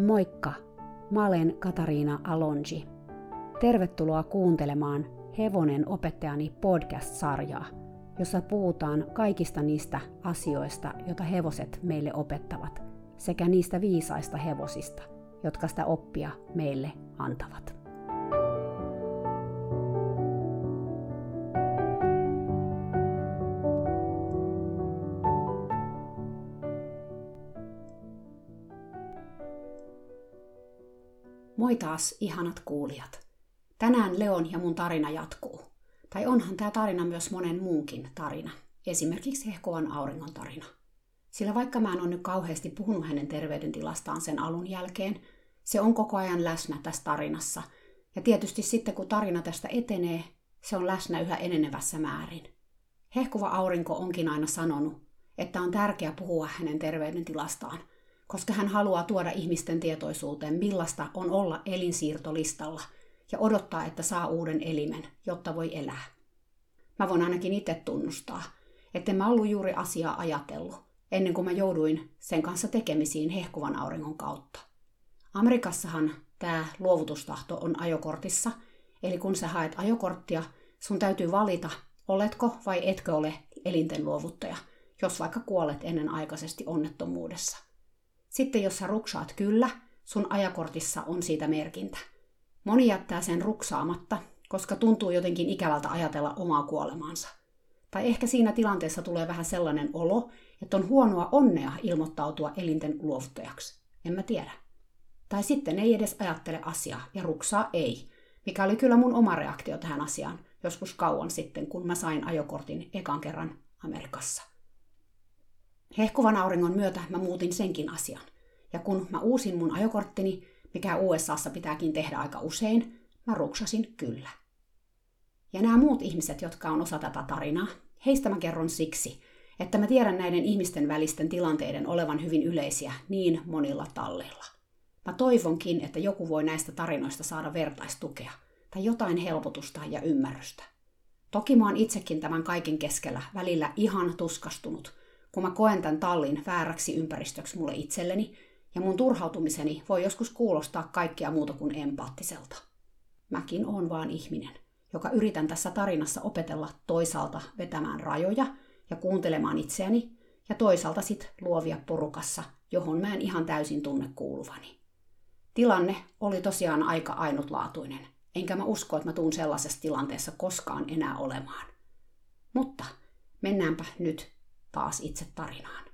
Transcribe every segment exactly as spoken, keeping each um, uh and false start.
Moikka! Mä olen Katariina Alonji. Tervetuloa kuuntelemaan Hevonen opettajani podcast-sarjaa, jossa puhutaan kaikista niistä asioista, joita hevoset meille opettavat, sekä niistä viisaista hevosista, jotka sitä oppia meille antavat. Moi taas, ihanat kuulijat. Tänään Leon ja mun tarina jatkuu. Tai onhan tämä tarina myös monen muunkin tarina. Esimerkiksi hehkuvan auringon tarina. Sillä vaikka mä en ole nyt kauheasti puhunut hänen terveydentilastaan sen alun jälkeen, se on koko ajan läsnä tässä tarinassa. Ja tietysti sitten kun tarina tästä etenee, se on läsnä yhä enenevässä määrin. Hehkuva aurinko onkin aina sanonut, että on tärkeää puhua hänen terveydentilastaan, koska hän haluaa tuoda ihmisten tietoisuuteen, millaista on olla elinsiirtolistalla ja odottaa, että saa uuden elimen, jotta voi elää. Mä voin ainakin itse tunnustaa, että mä ollut juuri asiaa ajatellut, ennen kuin mä jouduin sen kanssa tekemisiin hehkuvan auringon kautta. Amerikassahan tämä luovutustahto on ajokortissa, eli kun sä haet ajokorttia, sun täytyy valita, oletko vai etkö ole elinten luovuttaja, jos vaikka kuolet ennenaikaisesti onnettomuudessa. Sitten jos sä ruksaat kyllä, sun ajokortissa on siitä merkintä. Moni jättää sen ruksaamatta, koska tuntuu jotenkin ikävältä ajatella omaa kuolemaansa. Tai ehkä siinä tilanteessa tulee vähän sellainen olo, että on huonoa onnea ilmoittautua elinten luovuttajaksi. En mä tiedä. Tai sitten ei edes ajattele asiaa ja ruksaa ei, mikä oli kyllä mun oma reaktio tähän asiaan joskus kauan sitten, kun mä sain ajokortin ekan kerran Amerikassa. Hehkuvan auringon myötä mä muutin senkin asian. Ja kun mä uusin mun ajokorttini, mikä U S A:ssa pitääkin tehdä aika usein, mä ruksasin kyllä. Ja nämä muut ihmiset, jotka on osa tätä tarinaa, heistä mä kerron siksi, että mä tiedän näiden ihmisten välisten tilanteiden olevan hyvin yleisiä niin monilla talleilla. Mä toivonkin, että joku voi näistä tarinoista saada vertaistukea tai jotain helpotusta ja ymmärrystä. Toki mä oon itsekin tämän kaiken keskellä välillä ihan tuskastunut, kun mä koen tämän tallin vääräksi ympäristöksi mulle itselleni, ja mun turhautumiseni voi joskus kuulostaa kaikkea muuta kuin empaattiselta. Mäkin oon vaan ihminen, joka yritän tässä tarinassa opetella toisaalta vetämään rajoja ja kuuntelemaan itseäni, ja toisaalta sit luovia porukassa, johon mä en ihan täysin tunne kuuluvani. Tilanne oli tosiaan aika ainutlaatuinen, enkä mä usko, että mä tuun sellaisessa tilanteessa koskaan enää olemaan. Mutta mennäänpä nyt taas itse tarinaan.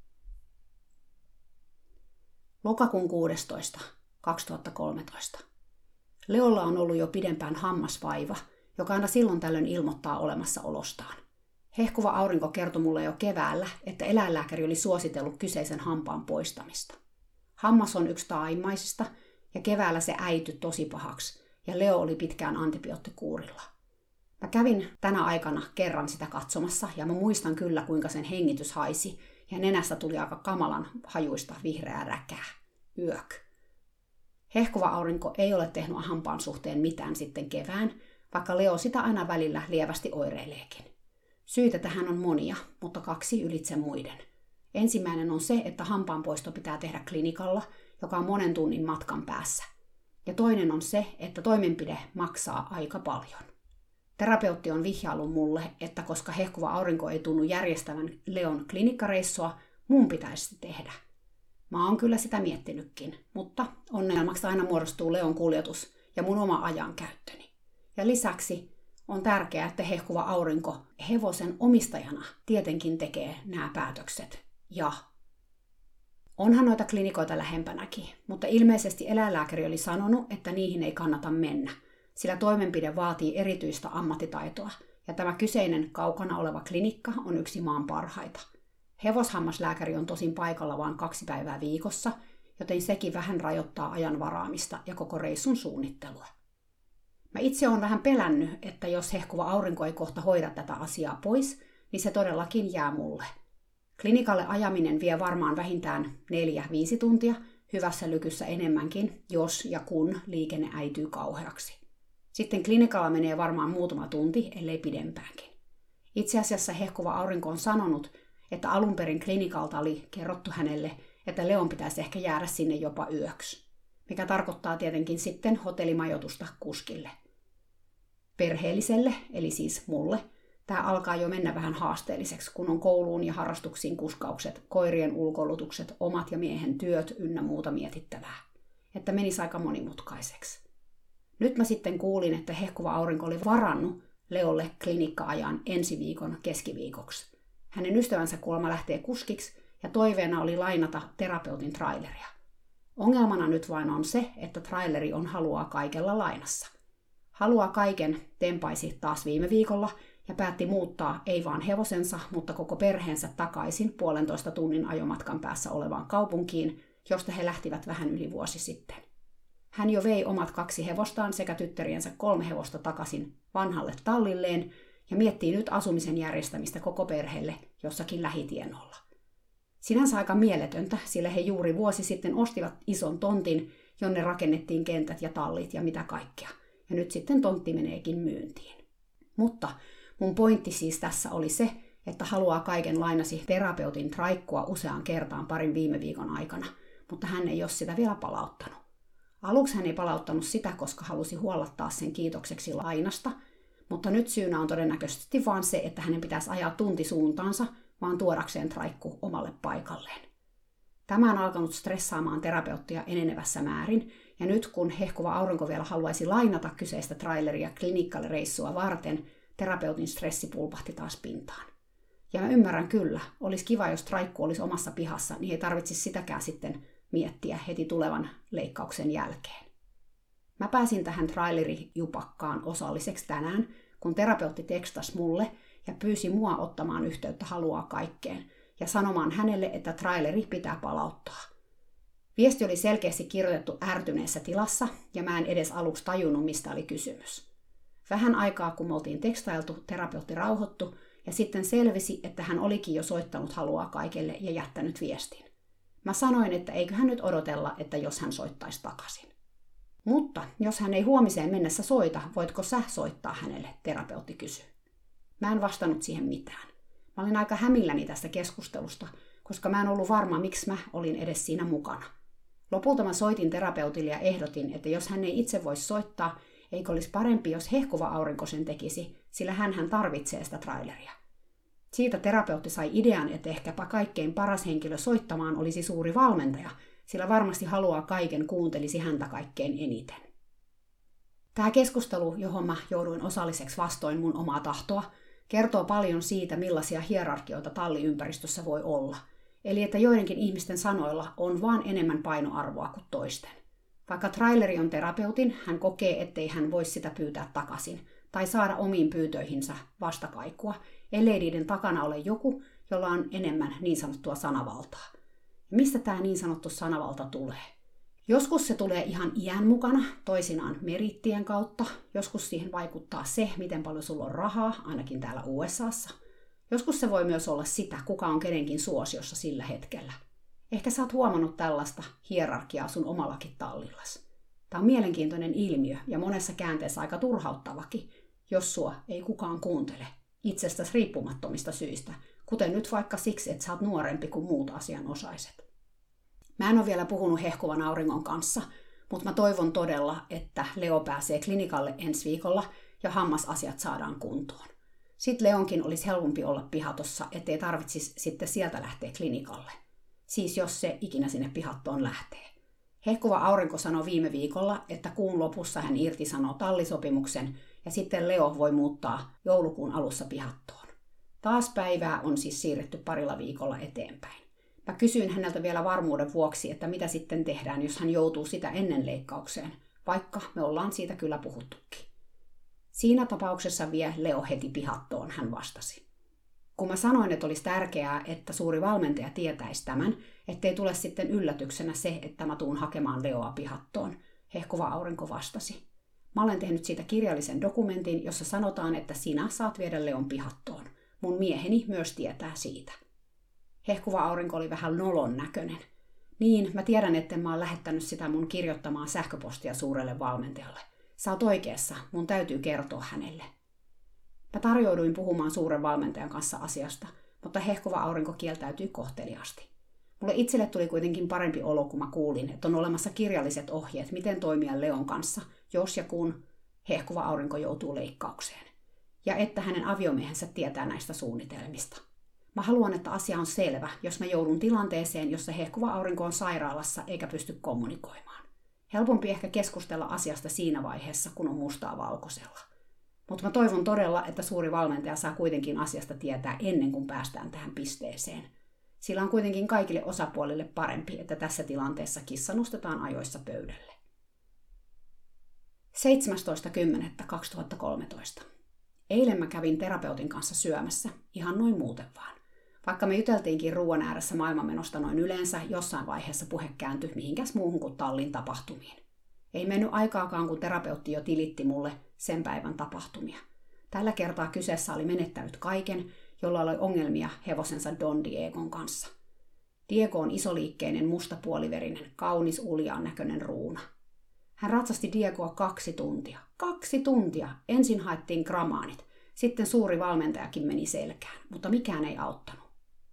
Lokakuun kuudestoista kaksituhattakolmetoista. Leolla on ollut jo pidempään hammasvaiva, joka aina silloin tällöin ilmoittaa olemassaolostaan. Hehkuva aurinko kertoi mulle jo keväällä, että eläinlääkäri oli suositellut kyseisen hampaan poistamista. Hammas on yksi taimaisista, ja keväällä se äityi tosi pahaksi, ja Leo oli pitkään antibioottikuurilla. Mä kävin tänä aikana kerran sitä katsomassa, ja mä muistan kyllä, kuinka sen hengitys haisi, ja nenästä tuli aika kamalan hajuista vihreää räkää. Yök. Hehkuva aurinko ei ole tehnyt hampaan suhteen mitään sitten kevään, vaikka Leo sitä aina välillä lievästi oireileekin. Syitä tähän on monia, mutta kaksi ylitse muiden. Ensimmäinen on se, että hampaanpoisto pitää tehdä klinikalla, joka on monen tunnin matkan päässä. Ja toinen on se, että toimenpide maksaa aika paljon. Terapeutti on vihjaillut mulle, että koska hehkuva aurinko ei tunnu järjestävän Leon klinikkareissua, mun pitäisi tehdä. Mä oon kyllä sitä miettinytkin, mutta onnelmaksi aina muodostuu Leon kuljetus ja mun oma ajankäyttöni. Ja lisäksi on tärkeää, että hehkuva aurinko hevosen omistajana tietenkin tekee nämä päätökset. Ja onhan noita klinikoita lähempänäkin, mutta ilmeisesti eläinlääkäri oli sanonut, että niihin ei kannata mennä, sillä toimenpide vaatii erityistä ammattitaitoa, ja tämä kyseinen kaukana oleva klinikka on yksi maan parhaita. Hevoshammaslääkäri on tosin paikalla vain kaksi päivää viikossa, joten sekin vähän rajoittaa ajan varaamista ja koko reissun suunnittelua. Mä itse olen vähän pelännyt, että jos hehkuva aurinko ei kohta hoida tätä asiaa pois, niin se todellakin jää mulle. Klinikalle ajaminen vie varmaan vähintään neljä viisi tuntia, hyvässä lykyssä enemmänkin, jos ja kun liikenne äityy kauheaksi. Sitten klinikalla menee varmaan muutama tunti, ellei pidempäänkin. Itse asiassa hehkuva aurinko on sanonut, että alun perin klinikalta oli kerrottu hänelle, että Leon pitäisi ehkä jäädä sinne jopa yöksi, mikä tarkoittaa tietenkin sitten hotellimajoitusta kuskille. Perheelliselle, eli siis mulle, tämä alkaa jo mennä vähän haasteelliseksi, kun on kouluun ja harrastuksiin kuskaukset, koirien ulkoilutukset, omat ja miehen työt ynnä muuta mietittävää. Että menisi aika monimutkaiseksi. Nyt mä sitten kuulin, että Hehkuva aurinko oli varannut Leolle klinikka-ajan ensi viikon keskiviikoksi. Hänen ystävänsä kuulemma lähtee kuskiksi ja toiveena oli lainata terapeutin traileria. Ongelmana nyt vain on se, että traileri on haluaa kaikella lainassa. Haluaa kaiken tempaisi taas viime viikolla ja päätti muuttaa ei vaan hevosensa, mutta koko perheensä takaisin puolentoista tunnin ajomatkan päässä olevaan kaupunkiin, josta he lähtivät vähän yli vuosi sitten. Hän jo vei omat kaksi hevostaan sekä tyttäriensä kolme hevosta takaisin vanhalle tallilleen ja miettii nyt asumisen järjestämistä koko perheelle jossakin lähitienolla. Sinänsä aika mieletöntä, sillä he juuri vuosi sitten ostivat ison tontin, jonne rakennettiin kentät ja tallit ja mitä kaikkea. Ja nyt sitten tontti meneekin myyntiin. Mutta mun pointti siis tässä oli se, että haluaa kaiken lainasi terapeutin traikkua useaan kertaan parin viime viikon aikana, mutta hän ei ole sitä vielä palauttanut. Aluksi hän ei palauttanut sitä, koska halusi huollattaa sen kiitokseksi lainasta, mutta nyt syynä on todennäköisesti vaan se, että hänen pitäisi ajaa tunti suuntaansa, vaan tuodakseen traikku omalle paikalleen. Tämä on alkanut stressaamaan terapeuttia enenevässä määrin, ja nyt kun Hehkuva aurinko vielä haluaisi lainata kyseistä traileria klinikkalle reissua varten, terapeutin stressi pulpahti taas pintaan. Ja mä ymmärrän kyllä, olisi kiva, jos traikku olisi omassa pihassa, niin ei tarvitsisi sitäkään sitten miettiä heti tulevan leikkauksen jälkeen. Mä pääsin tähän trailerijupakkaan osalliseksi tänään, kun terapeutti tekstasi mulle ja pyysi mua ottamaan yhteyttä haluaa kaikkeen ja sanomaan hänelle, että traileri pitää palauttaa. Viesti oli selkeästi kirjoitettu ärtyneessä tilassa ja mä en edes aluksi tajunnut, mistä oli kysymys. Vähän aikaa, kun me oltiin tekstailtu, terapeutti rauhoittu ja sitten selvisi, että hän olikin jo soittanut haluaa kaikelle ja jättänyt viestin. Mä sanoin, että eiköhän nyt odotella, että jos hän soittaisi takaisin. Mutta jos hän ei huomiseen mennessä soita, voitko sä soittaa hänelle, terapeutti kysyi. Mä en vastannut siihen mitään. Mä olin aika hämilläni tästä keskustelusta, koska mä en ollut varma, miksi mä olin edes siinä mukana. Lopulta mä soitin terapeutille ja ehdotin, että jos hän ei itse voisi soittaa, eikö olisi parempi, jos Hehkuva aurinko sen tekisi, sillä hänhän tarvitsee sitä traileria. Siitä terapeutti sai idean, että ehkäpä kaikkein paras henkilö soittamaan olisi suuri valmentaja, sillä varmasti haluaa kaiken kuuntelisi häntä kaikkein eniten. Tämä keskustelu, johon mä jouduin osalliseksi vastoin mun omaa tahtoa, kertoo paljon siitä, millaisia hierarkioita talliympäristössä voi olla. Eli että joidenkin ihmisten sanoilla on vaan enemmän painoarvoa kuin toisten. Vaikka traileri on terapeutin, hän kokee, ettei hän voi sitä pyytää takaisin tai saada omiin pyytöihinsä vastakaikua, ellei niiden takana ole joku, jolla on enemmän niin sanottua sanavaltaa. Ja mistä tämä niin sanottu sanavalta tulee? Joskus se tulee ihan iän mukana, toisinaan merittien kautta. Joskus siihen vaikuttaa se, miten paljon sulla on rahaa, ainakin täällä U S A:ssa. Joskus se voi myös olla sitä, kuka on kenenkin suosiossa sillä hetkellä. Ehkä sä oot huomannut tällaista hierarkiaa sun omallakin tallillas. Tämä on mielenkiintoinen ilmiö ja monessa käänteessä aika turhauttavakin, jos sua ei kukaan kuuntele itsestäsi riippumattomista syistä, kuten nyt vaikka siksi, että sä oot nuorempi kuin muut asianosaiset. Mä en ole vielä puhunut Hehkuvan auringon kanssa, mutta mä toivon todella, että Leo pääsee klinikalle ensi viikolla ja hammasasiat saadaan kuntoon. Sitten Leonkin olisi helpompi olla pihatossa, ettei tarvitsisi sitten sieltä lähteä klinikalle. Siis jos se ikinä sinne pihattoon lähtee. Hehkuva aurinko sanoi viime viikolla, että kuun lopussa hän irtisanoo tallisopimuksen ja sitten Leo voi muuttaa joulukuun alussa pihattoon. Taas päivää on siis siirretty parilla viikolla eteenpäin. Mä kysyin häneltä vielä varmuuden vuoksi, että mitä sitten tehdään, jos hän joutuu sitä ennen leikkaukseen, vaikka me ollaan siitä kyllä puhuttukin. Siinä tapauksessa vie Leo heti pihattoon, hän vastasi. Kun mä sanoin, että olisi tärkeää, että suuri valmentaja tietäisi tämän, ettei tule sitten yllätyksenä se, että mä tuun hakemaan Leoa pihattoon, Hehkuva aurinko vastasi. Mä olen tehnyt siitä kirjallisen dokumentin, jossa sanotaan, että sinä saat viedä Leon pihattoon. Mun mieheni myös tietää siitä. Hehkuva aurinko oli vähän nolon näköinen. Niin, mä tiedän, etten mä oon lähettänyt sitä mun kirjoittamaan sähköpostia suurelle valmentajalle. Sä oot oikeassa, mun täytyy kertoa hänelle. Mä tarjouduin puhumaan suuren valmentajan kanssa asiasta, mutta Hehkuva aurinko kieltäytyi kohteliaasti. Mulle itselle tuli kuitenkin parempi olo, kun mä kuulin, että on olemassa kirjalliset ohjeet, miten toimia Leon kanssa, jos ja kun hehkuva aurinko joutuu leikkaukseen. Ja että hänen aviomiehensä tietää näistä suunnitelmista. Mä haluan, että asia on selvä, jos mä joudun tilanteeseen, jossa hehkuva aurinko on sairaalassa eikä pysty kommunikoimaan. Helpompi ehkä keskustella asiasta siinä vaiheessa, kun on mustaa valkoisella. Mutta mä toivon todella, että suuri valmentaja saa kuitenkin asiasta tietää ennen kuin päästään tähän pisteeseen. Sillä on kuitenkin kaikille osapuolille parempi, että tässä tilanteessa kissa nostetaan ajoissa pöydälle. seitsemästoista kymmenettä kaksituhattakolmetoista. Eilen mä kävin terapeutin kanssa syömässä, ihan noin muuten vaan. Vaikka me juteltiinkin ruoan ääressä maailmanmenosta noin yleensä, jossain vaiheessa puhe kääntyi mihinkäs muuhun kuin tallin tapahtumiin. Ei mennyt aikaakaan, kun terapeutti jo tilitti mulle sen päivän tapahtumia. Tällä kertaa kyseessä oli menettänyt kaiken, jolla oli ongelmia hevosensa Don Diegon kanssa. Diego on isoliikkeinen, mustapuoliverinen, kaunis uljaan näköinen ruuna. Hän ratsasti Diegoa kaksi tuntia. Kaksi tuntia! Ensin haettiin gramaanit. Sitten suuri valmentajakin meni selkään, mutta mikään ei auttanut.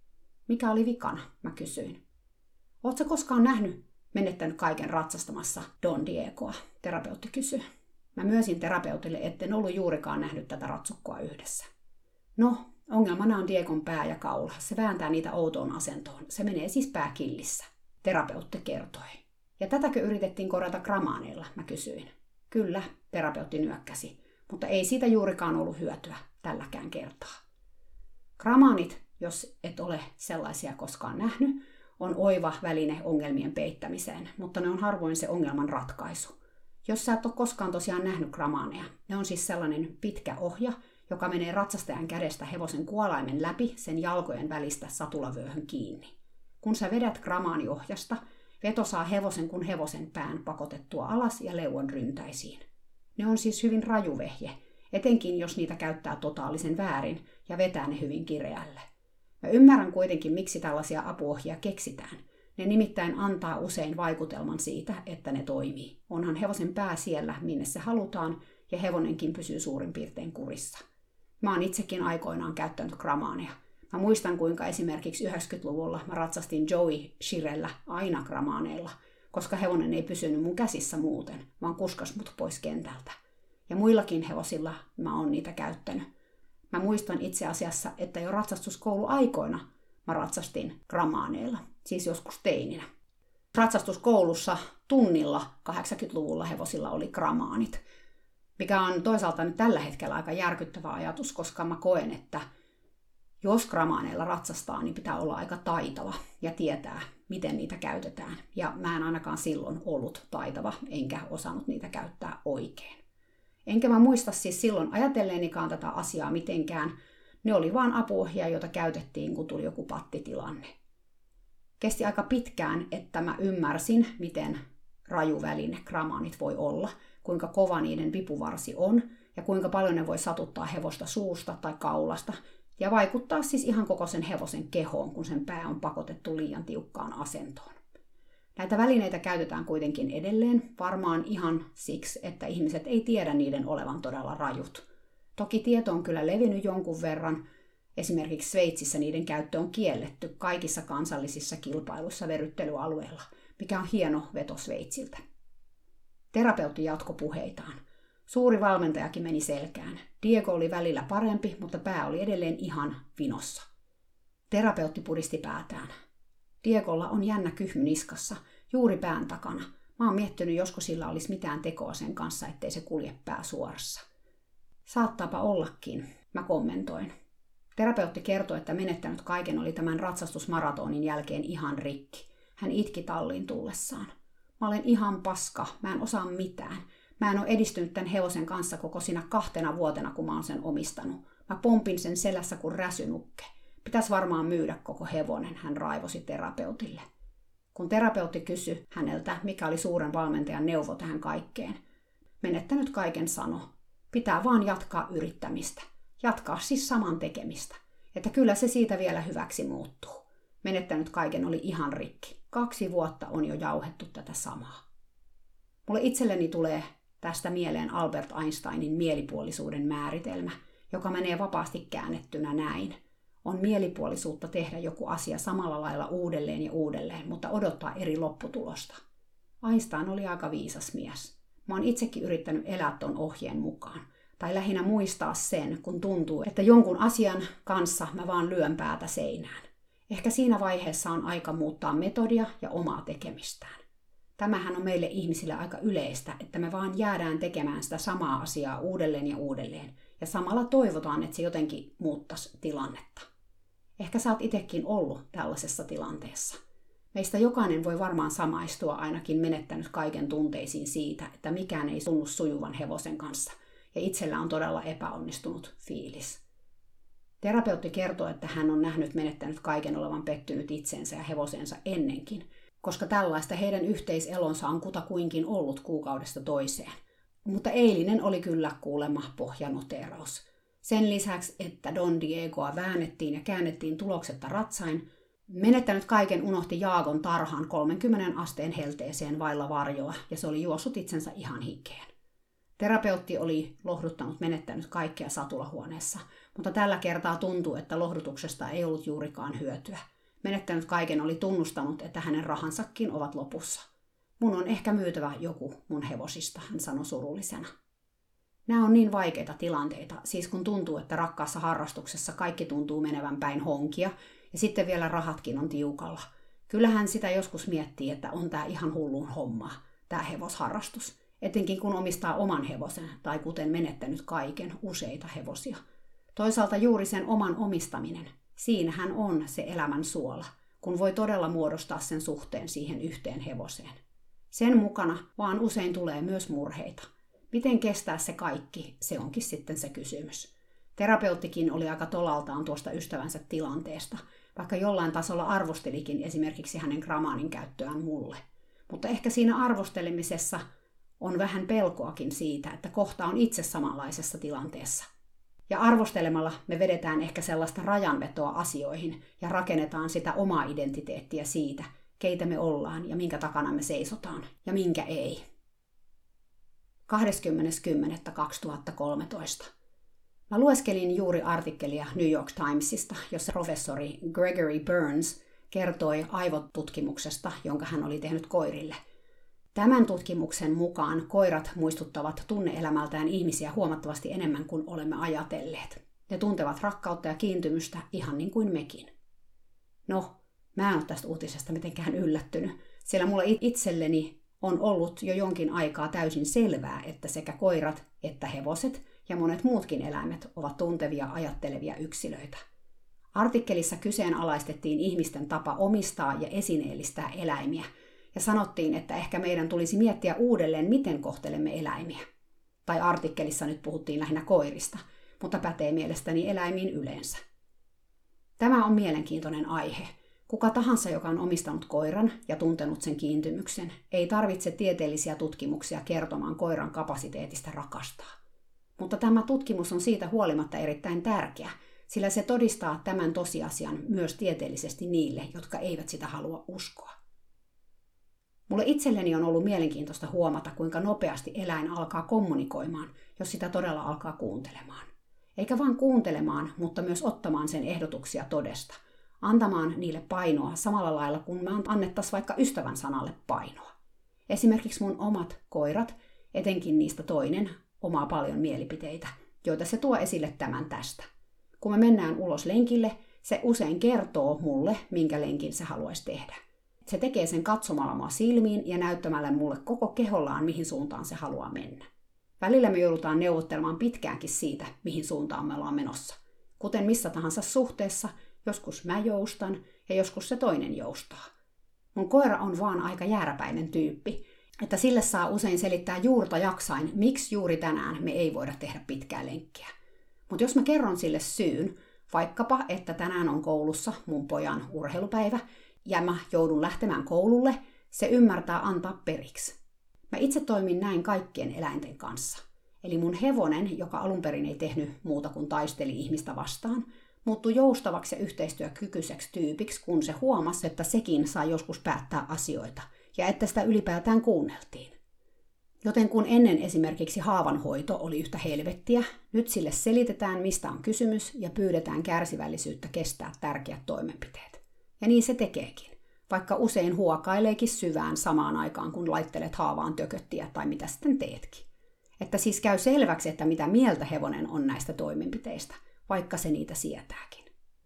Mikä oli vikana, mä kysyin. Ootko koskaan nähnyt menettänyt kaiken ratsastamassa Don Diegoa? Terapeutti kysyi. Mä myönsin terapeutille, etten ollut juurikaan nähnyt tätä ratsukkoa yhdessä. No, ongelmana on Diegon pää ja kaula. Se vääntää niitä outoon asentoon. Se menee siis pääkillissä, terapeutti kertoi. Ja tätäkö yritettiin korjata gramaaneilla, mä kysyin. Kyllä, terapeutti nyökkäsi, mutta ei siitä juurikaan ollut hyötyä tälläkään kertaa. Gramaanit, jos et ole sellaisia koskaan nähnyt, on oiva väline ongelmien peittämiseen, mutta ne on harvoin se ongelman ratkaisu. Jos sä et ole koskaan tosiaan nähnyt gramaaneja, ne on siis sellainen pitkä ohja, joka menee ratsastajan kädestä hevosen kuolaimen läpi sen jalkojen välistä satulavyöhön kiinni. Kun sä vedät gramaaniohjasta, veto saa hevosen kuin hevosen pään pakotettua alas ja leuan ryntäisiin. Ne on siis hyvin raju vehje, etenkin jos niitä käyttää totaalisen väärin ja vetää ne hyvin kireälle. Mä ymmärrän kuitenkin, miksi tällaisia apuohjia keksitään. Ne nimittäin antaa usein vaikutelman siitä, että ne toimii. Onhan hevosen pää siellä, minne se halutaan, ja hevonenkin pysyy suurin piirtein kurissa. Mä oon itsekin aikoinaan käyttänyt gramaaneja. Mä muistan, kuinka esimerkiksi yhdeksänkymmentäluvulla mä ratsastin Joey Shirellä aina gramaaneilla, koska hevonen ei pysynyt mun käsissä muuten, vaan kuskas mut pois kentältä. Ja muillakin hevosilla mä oon niitä käyttänyt. Mä muistan itse asiassa, että jo ratsastuskouluaikoina mä ratsastin gramaaneilla, siis joskus teininä. Ratsastuskoulussa tunnilla kahdeksankymmentäluvulla hevosilla oli gramaanit, mikä on toisaalta nyt tällä hetkellä aika järkyttävä ajatus, koska mä koen, että jos gramaaneilla ratsastaa, niin pitää olla aika taitava ja tietää, miten niitä käytetään. Ja mä en ainakaan silloin ollut taitava, enkä osannut niitä käyttää oikein. Enkä mä muista siis silloin ajatelleenikaan tätä asiaa mitenkään. Ne oli vaan apuohjia, joita käytettiin, kun tuli joku pattitilanne. Kesti aika pitkään, että mä ymmärsin, miten raju väline gramaanit voi olla, kuinka kova niiden vipuvarsi on ja kuinka paljon ne voi satuttaa hevosta suusta tai kaulasta ja vaikuttaa siis ihan koko sen hevosen kehoon, kun sen pää on pakotettu liian tiukkaan asentoon. Näitä välineitä käytetään kuitenkin edelleen, varmaan ihan siksi, että ihmiset ei tiedä niiden olevan todella rajut. Toki tieto on kyllä levinnyt jonkun verran. Esimerkiksi Sveitsissä niiden käyttö on kielletty kaikissa kansallisissa kilpailuissa verryttelyalueilla, mikä on hieno veto Sveitsiltä. Terapeutti jatkoi puheitaan. Suuri valmentajakin meni selkään. Diego oli välillä parempi, mutta pää oli edelleen ihan vinossa. Terapeutti puristi päätään. Diegolla on jännä kyhmy niskassa, juuri pään takana. Mä oon miettinyt, josko sillä olisi mitään tekoa sen kanssa, ettei se kulje pää suorassa. Saattaapa ollakin, mä kommentoin. Terapeutti kertoi, että menettänyt kaiken oli tämän ratsastusmaratonin jälkeen ihan rikki. Hän itki talliin tullessaan. Mä olen ihan paska, mä en osaa mitään. Mä en ole edistynyt tämän hevosen kanssa koko siinä kahtena vuotena, kun mä oon sen omistanut. Mä pompin sen selässä kuin räsynukke. Pitäisi varmaan myydä koko hevonen, hän raivosi terapeutille. Kun terapeutti kysyi häneltä, mikä oli suuren valmentajan neuvo tähän kaikkeen, menettänyt kaiken sano. Pitää vaan jatkaa yrittämistä. Jatkaa siis saman tekemistä. Että kyllä se siitä vielä hyväksi muuttuu. Menettänyt kaiken oli ihan rikki. Kaksi vuotta on jo jauhettu tätä samaa. Mulle itselleni tulee tästä mieleen Albert Einsteinin mielipuolisuuden määritelmä, joka menee vapaasti käännettynä näin. on mielipuolisuutta tehdä joku asia samalla lailla uudelleen ja uudelleen, mutta odottaa eri lopputulosta. Einstein oli aika viisas mies. Mä oon itsekin yrittänyt elää ton ohjeen mukaan. Tai lähinnä muistaa sen, kun tuntuu, että jonkun asian kanssa mä vaan lyön päätä seinään. Ehkä siinä vaiheessa on aika muuttaa metodia ja omaa tekemistään. Tämähän on meille ihmisille aika yleistä, että me vaan jäädään tekemään sitä samaa asiaa uudelleen ja uudelleen. Ja samalla toivotaan, että se jotenkin muuttaisi tilannetta. Ehkä sä oot itsekin ollut tällaisessa tilanteessa. Meistä jokainen voi varmaan samaistua ainakin menettänyt kaiken tunteisiin siitä, että mikään ei tunnu sujuvan hevosen kanssa. Ja itsellä on todella epäonnistunut fiilis. Terapeutti kertoo, että hän on nähnyt menettänyt kaiken olevan pettynyt itsensä ja hevosensa ennenkin, koska tällaista heidän yhteiselonsa on kutakuinkin ollut kuukaudesta toiseen. Mutta eilinen oli kyllä kuulemma pohjanoteeraus. Sen lisäksi, että Don Diegoa väännettiin ja käännettiin tuloksetta ratsain, menettänyt kaiken unohti Jaagon tarhaan kolmenkymmenen asteen helteeseen vailla varjoa, ja se oli juossut itsensä ihan hikeen. Terapeutti oli lohduttanut menettänyt kaikkea satulahuoneessa, mutta tällä kertaa tuntuu, että lohdutuksesta ei ollut juurikaan hyötyä. Menettänyt kaiken oli tunnustanut, että hänen rahansakin ovat lopussa. Mun on ehkä myytävä joku mun hevosista, hän sanoi surullisena. Nämä on niin vaikeita tilanteita, siis kun tuntuu, että rakkaassa harrastuksessa kaikki tuntuu menevän päin honkia, ja sitten vielä rahatkin on tiukalla. Kyllähän sitä joskus miettii, että on tää ihan hullun hommaa, tää hevosharrastus. Etenkin kun omistaa oman hevosen, tai kuten menettänyt kaiken, useita hevosia. Toisaalta juuri sen oman omistaminen, siinähän on se elämän suola, kun voi todella muodostaa sen suhteen siihen yhteen hevoseen. Sen mukana vaan usein tulee myös murheita. Miten kestää se kaikki, se onkin sitten se kysymys. Terapeuttikin oli aika tolaltaan tuosta ystävänsä tilanteesta, vaikka jollain tasolla arvostelikin esimerkiksi hänen gramaanin käyttöään mulle. Mutta ehkä siinä arvostelemisessa on vähän pelkoakin siitä, että kohta on itse samanlaisessa tilanteessa. Ja arvostelemalla me vedetään ehkä sellaista rajanvetoa asioihin ja rakennetaan sitä omaa identiteettiä siitä, keitä me ollaan ja minkä takana me seisotaan ja minkä ei. kahdeskymmenes kymmenettä kaksituhattakolmetoista. Mä lueskelin juuri artikkelia New York Timesista, jossa professori Gregory Burns kertoi aivotutkimuksesta, jonka hän oli tehnyt koirille. Tämän tutkimuksen mukaan koirat muistuttavat tunne-elämältään ihmisiä huomattavasti enemmän kuin olemme ajatelleet. Ne tuntevat rakkautta ja kiintymystä ihan niin kuin mekin. No, mä en ole tästä uutisesta mitenkään yllättynyt, sillä mulla itselleni on ollut jo jonkin aikaa täysin selvää, että sekä koirat että hevoset ja monet muutkin eläimet ovat tuntevia, ajattelevia yksilöitä. Artikkelissa kyseenalaistettiin ihmisten tapa omistaa ja esineellistää eläimiä, ja sanottiin, että ehkä meidän tulisi miettiä uudelleen, miten kohtelemme eläimiä. Tai artikkelissa nyt puhuttiin lähinnä koirista, mutta pätee mielestäni eläimiin yleensä. Tämä on mielenkiintoinen aihe. Kuka tahansa, joka on omistanut koiran ja tuntenut sen kiintymyksen, ei tarvitse tieteellisiä tutkimuksia kertomaan koiran kapasiteetista rakastaa. Mutta tämä tutkimus on siitä huolimatta erittäin tärkeä, sillä se todistaa tämän tosiasian myös tieteellisesti niille, jotka eivät sitä halua uskoa. Mulle itselleni on ollut mielenkiintoista huomata, kuinka nopeasti eläin alkaa kommunikoimaan, jos sitä todella alkaa kuuntelemaan. Eikä vain kuuntelemaan, mutta myös ottamaan sen ehdotuksia todesta. Antamaan niille painoa samalla lailla kuin me annettaisiin vaikka ystävän sanalle painoa. Esimerkiksi mun omat koirat, etenkin niistä toinen, omaa paljon mielipiteitä, joita se tuo esille tämän tästä. Kun me mennään ulos lenkille, se usein kertoo mulle, minkä lenkin se haluaisi tehdä. Se tekee sen katsomalla mua silmiin ja näyttämällä mulle koko kehollaan, mihin suuntaan se haluaa mennä. Välillä me joudutaan neuvottelemaan pitkäänkin siitä, mihin suuntaan me ollaan menossa. Kuten missä tahansa suhteessa, joskus mä joustan ja joskus se toinen joustaa. Mun koira on vaan aika jääräpäinen tyyppi, että sille saa usein selittää juurta jaksain, miksi juuri tänään me ei voida tehdä pitkää lenkkiä. Mutta jos mä kerron sille syyn, vaikkapa, että tänään on koulussa mun pojan urheilupäivä, ja mä joudun lähtemään koululle, se ymmärtää antaa periksi. Mä itse toimin näin kaikkien eläinten kanssa. Eli mun hevonen, joka alun perin ei tehnyt muuta kuin taisteli ihmistä vastaan, muuttui joustavaksi ja yhteistyökykyiseksi tyypiksi, kun se huomasi, että sekin saa joskus päättää asioita, ja että sitä ylipäätään kuunneltiin. Joten kun ennen esimerkiksi haavanhoito oli yhtä helvettiä, nyt sille selitetään, mistä on kysymys ja pyydetään kärsivällisyyttä kestää tärkeät toimenpiteet. Ja niin se tekeekin, vaikka usein huokaileekin syvään samaan aikaan, kun laittelet haavaan tököttiä tai mitä sitten teetkin. Että siis käy selväksi, että mitä mieltä hevonen on näistä toimenpiteistä, vaikka se niitä sietääkin.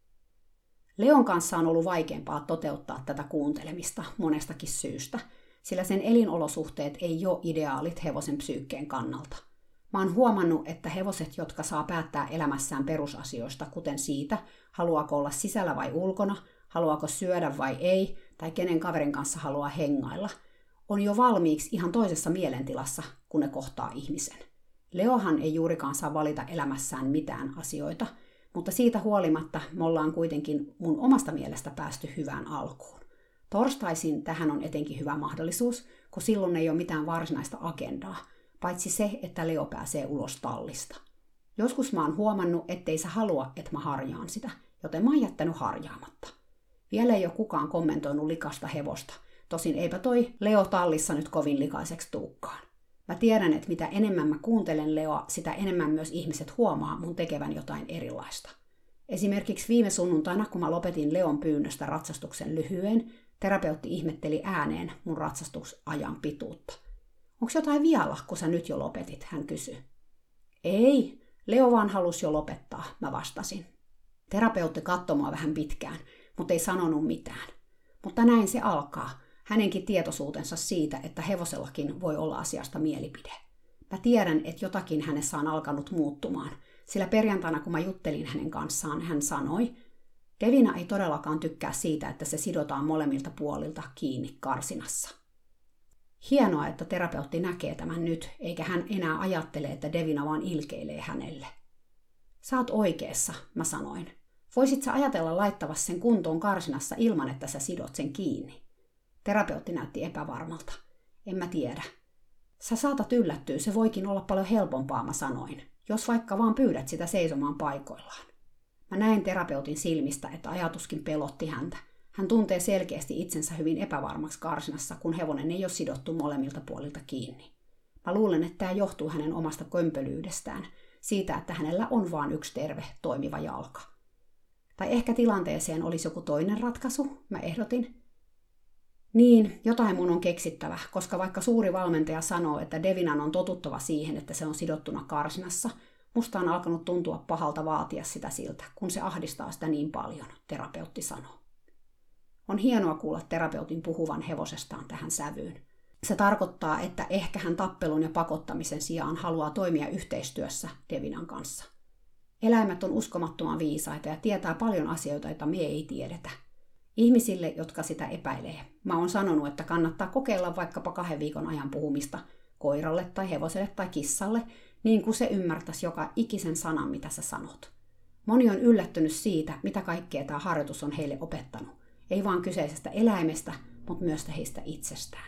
Leon kanssa on ollut vaikeampaa toteuttaa tätä kuuntelemista monestakin syystä, sillä sen elinolosuhteet ei ole ideaalit hevosen psyykkeen kannalta. Mä oon huomannut, että hevoset, jotka saa päättää elämässään perusasioista, kuten siitä, haluaako olla sisällä vai ulkona, haluaako syödä vai ei, tai kenen kaverin kanssa haluaa hengailla, on jo valmiiksi ihan toisessa mielentilassa, kun ne kohtaa ihmisen. Leohan ei juurikaan saa valita elämässään mitään asioita, mutta siitä huolimatta me ollaan kuitenkin mun omasta mielestä päästy hyvään alkuun. Torstaisin tähän on etenkin hyvä mahdollisuus, kun silloin ei ole mitään varsinaista agendaa, paitsi se, että Leo pääsee ulos tallista. Joskus mä oon huomannut, ettei se halua, että mä harjaan sitä, joten mä oon jättänyt harjaamatta. Vielä ei ole kukaan kommentoinut likasta hevosta, tosin eipä toi Leo tallissa nyt kovin likaiseksi tuukkaan. Mä tiedän, että mitä enemmän mä kuuntelen Leoa, sitä enemmän myös ihmiset huomaa mun tekevän jotain erilaista. Esimerkiksi viime sunnuntaina, kun mä lopetin Leon pyynnöstä ratsastuksen lyhyen, terapeutti ihmetteli ääneen mun ratsastusajan pituutta. Onko jotain vialla, kun sä nyt jo lopetit, hän kysyi. Ei, Leo vaan halusi jo lopettaa, mä vastasin. Terapeutti katsoi mua vähän pitkään, mutta ei sanonut mitään. Mutta näin se alkaa, hänenkin tietoisuutensa siitä, että hevosellakin voi olla asiasta mielipide. Mä tiedän, että jotakin hänessä on alkanut muuttumaan, sillä perjantaina kun mä juttelin hänen kanssaan, hän sanoi, Devina ei todellakaan tykkää siitä, että se sidotaan molemmilta puolilta kiinni karsinassa. Hienoa, että terapeutti näkee tämän nyt, eikä hän enää ajattele, että Devina vaan ilkeilee hänelle. Sä oot oikeassa, mä sanoin. Voisit sä ajatella laittavasi sen kuntoon karsinassa ilman, että sä sidot sen kiinni? Terapeutti näytti epävarmalta. En mä tiedä. Sä saatat yllättyä, se voikin olla paljon helpompaa, mä sanoin, jos vaikka vaan pyydät sitä seisomaan paikoillaan. Mä näin terapeutin silmistä, että ajatuskin pelotti häntä. Hän tuntee selkeästi itsensä hyvin epävarmaksi karsinassa, kun hevonen ei ole sidottu molemmilta puolilta kiinni. Mä luulen, että tämä johtuu hänen omasta kömpelyydestään, siitä, että hänellä on vain yksi terve, toimiva jalka. Tai ehkä tilanteeseen olisi joku toinen ratkaisu, mä ehdotin. Niin, jotain mun on keksittävä, koska vaikka suuri valmentaja sanoo, että Devinan on totuttava siihen, että se on sidottuna karsinassa, musta on alkanut tuntua pahalta vaatia sitä siltä, kun se ahdistaa sitä niin paljon, terapeutti sanoo. On hienoa kuulla terapeutin puhuvan hevosestaan tähän sävyyn. Se tarkoittaa, että ehkä hän tappelun ja pakottamisen sijaan haluaa toimia yhteistyössä Devinan kanssa. Eläimet on uskomattoman viisaita ja tietää paljon asioita, joita me ei tiedetä. Ihmisille, jotka sitä epäilee, mä oon sanonut, että kannattaa kokeilla vaikkapa kahden viikon ajan puhumista koiralle tai hevoselle tai kissalle, niin kuin se ymmärtäisi joka ikisen sanan, mitä sä sanot. Moni on yllättynyt siitä, mitä kaikkea tämä harjoitus on heille opettanut. Ei vaan kyseisestä eläimestä, mutta myös heistä itsestään.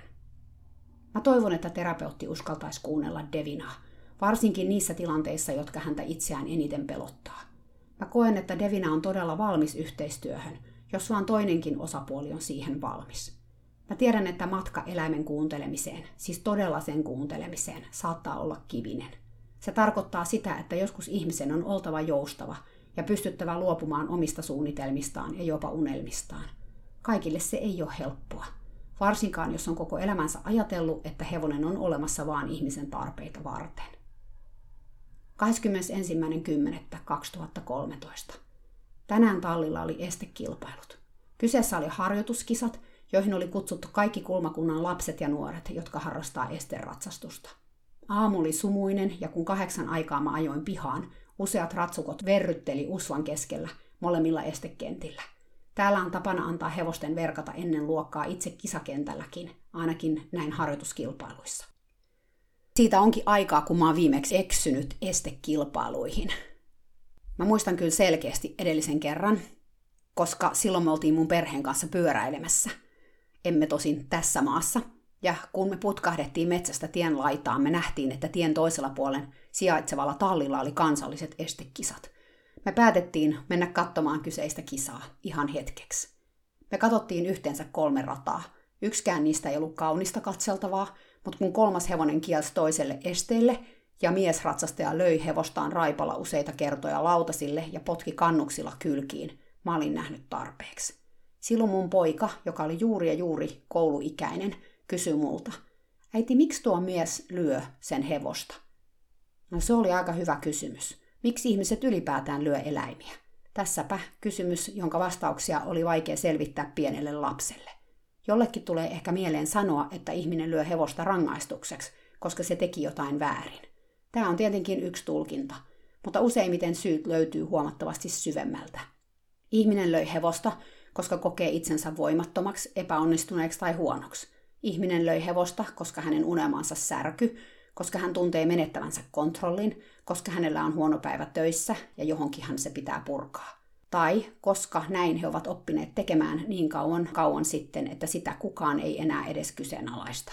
Mä toivon, että terapeutti uskaltaisi kuunnella Devinaa, varsinkin niissä tilanteissa, jotka häntä itseään eniten pelottaa. Mä koen, että Devina on todella valmis yhteistyöhön, jos vaan toinenkin osapuoli on siihen valmis. Mä tiedän, että matka eläimen kuuntelemiseen, siis todella sen kuuntelemiseen, saattaa olla kivinen. Se tarkoittaa sitä, että joskus ihmisen on oltava joustava ja pystyttävä luopumaan omista suunnitelmistaan ja jopa unelmistaan. Kaikille se ei ole helppoa, varsinkaan jos on koko elämänsä ajatellut, että hevonen on olemassa vain ihmisen tarpeita varten. kahdeskymmenesensimmäinen kymmenettä kaksituhattakolmetoista. Tänään tallilla oli estekilpailut. Kyseessä oli harjoituskisat, joihin oli kutsuttu kaikki kulmakunnan lapset ja nuoret, jotka harrastaa esteratsastusta. Aamu oli sumuinen ja kun kahdeksan aikaa mä ajoin pihaan, useat ratsukot verrytteli usvan keskellä molemmilla estekentillä. Täällä on tapana antaa hevosten verkata ennen luokkaa itse kisakentälläkin, ainakin näin harjoituskilpailuissa. Siitä onkin aikaa, kun mä oon viimeksi eksynyt estekilpailuihin. Mä muistan kyllä selkeästi edellisen kerran, koska silloin me oltiin mun perheen kanssa pyöräilemässä. Emme tosin tässä maassa. Ja kun me putkahdettiin metsästä tien laitaan, me nähtiin, että tien toisella puolen sijaitsevalla tallilla oli kansalliset estekisat. Me päätettiin mennä katsomaan kyseistä kisaa ihan hetkeksi. Me katsottiin yhteensä kolme rataa. Yksikään niistä ei ollut kaunista katseltavaa, Mutta kun kolmas hevonen kielsi toiselle esteelle ja miesratsastaja löi hevostaan raipalla useita kertoja lautasille ja potki kannuksilla kylkiin, mä olin nähnyt tarpeeksi. Silloin mun poika, joka oli juuri ja juuri kouluikäinen, kysyi multa, äiti, miksi tuo mies lyö sen hevosta? No se oli aika hyvä kysymys. Miksi ihmiset ylipäätään lyö eläimiä? Tässäpä kysymys, jonka vastauksia oli vaikea selvittää pienelle lapselle. Jollekin tulee ehkä mieleen sanoa, että ihminen lyö hevosta rangaistukseksi, koska se teki jotain väärin. Tämä on tietenkin yksi tulkinta, mutta useimmiten syyt löytyy huomattavasti syvemmältä. Ihminen löi hevosta, koska kokee itsensä voimattomaksi, epäonnistuneeksi tai huonoksi. Ihminen löi hevosta, koska hänen unelmansa särky, koska hän tuntee menettävänsä kontrollin, koska hänellä on huono päivä töissä ja johonkinhan se pitää purkaa. Tai koska näin he ovat oppineet tekemään niin kauan kauan sitten, että sitä kukaan ei enää edes kyseenalaista.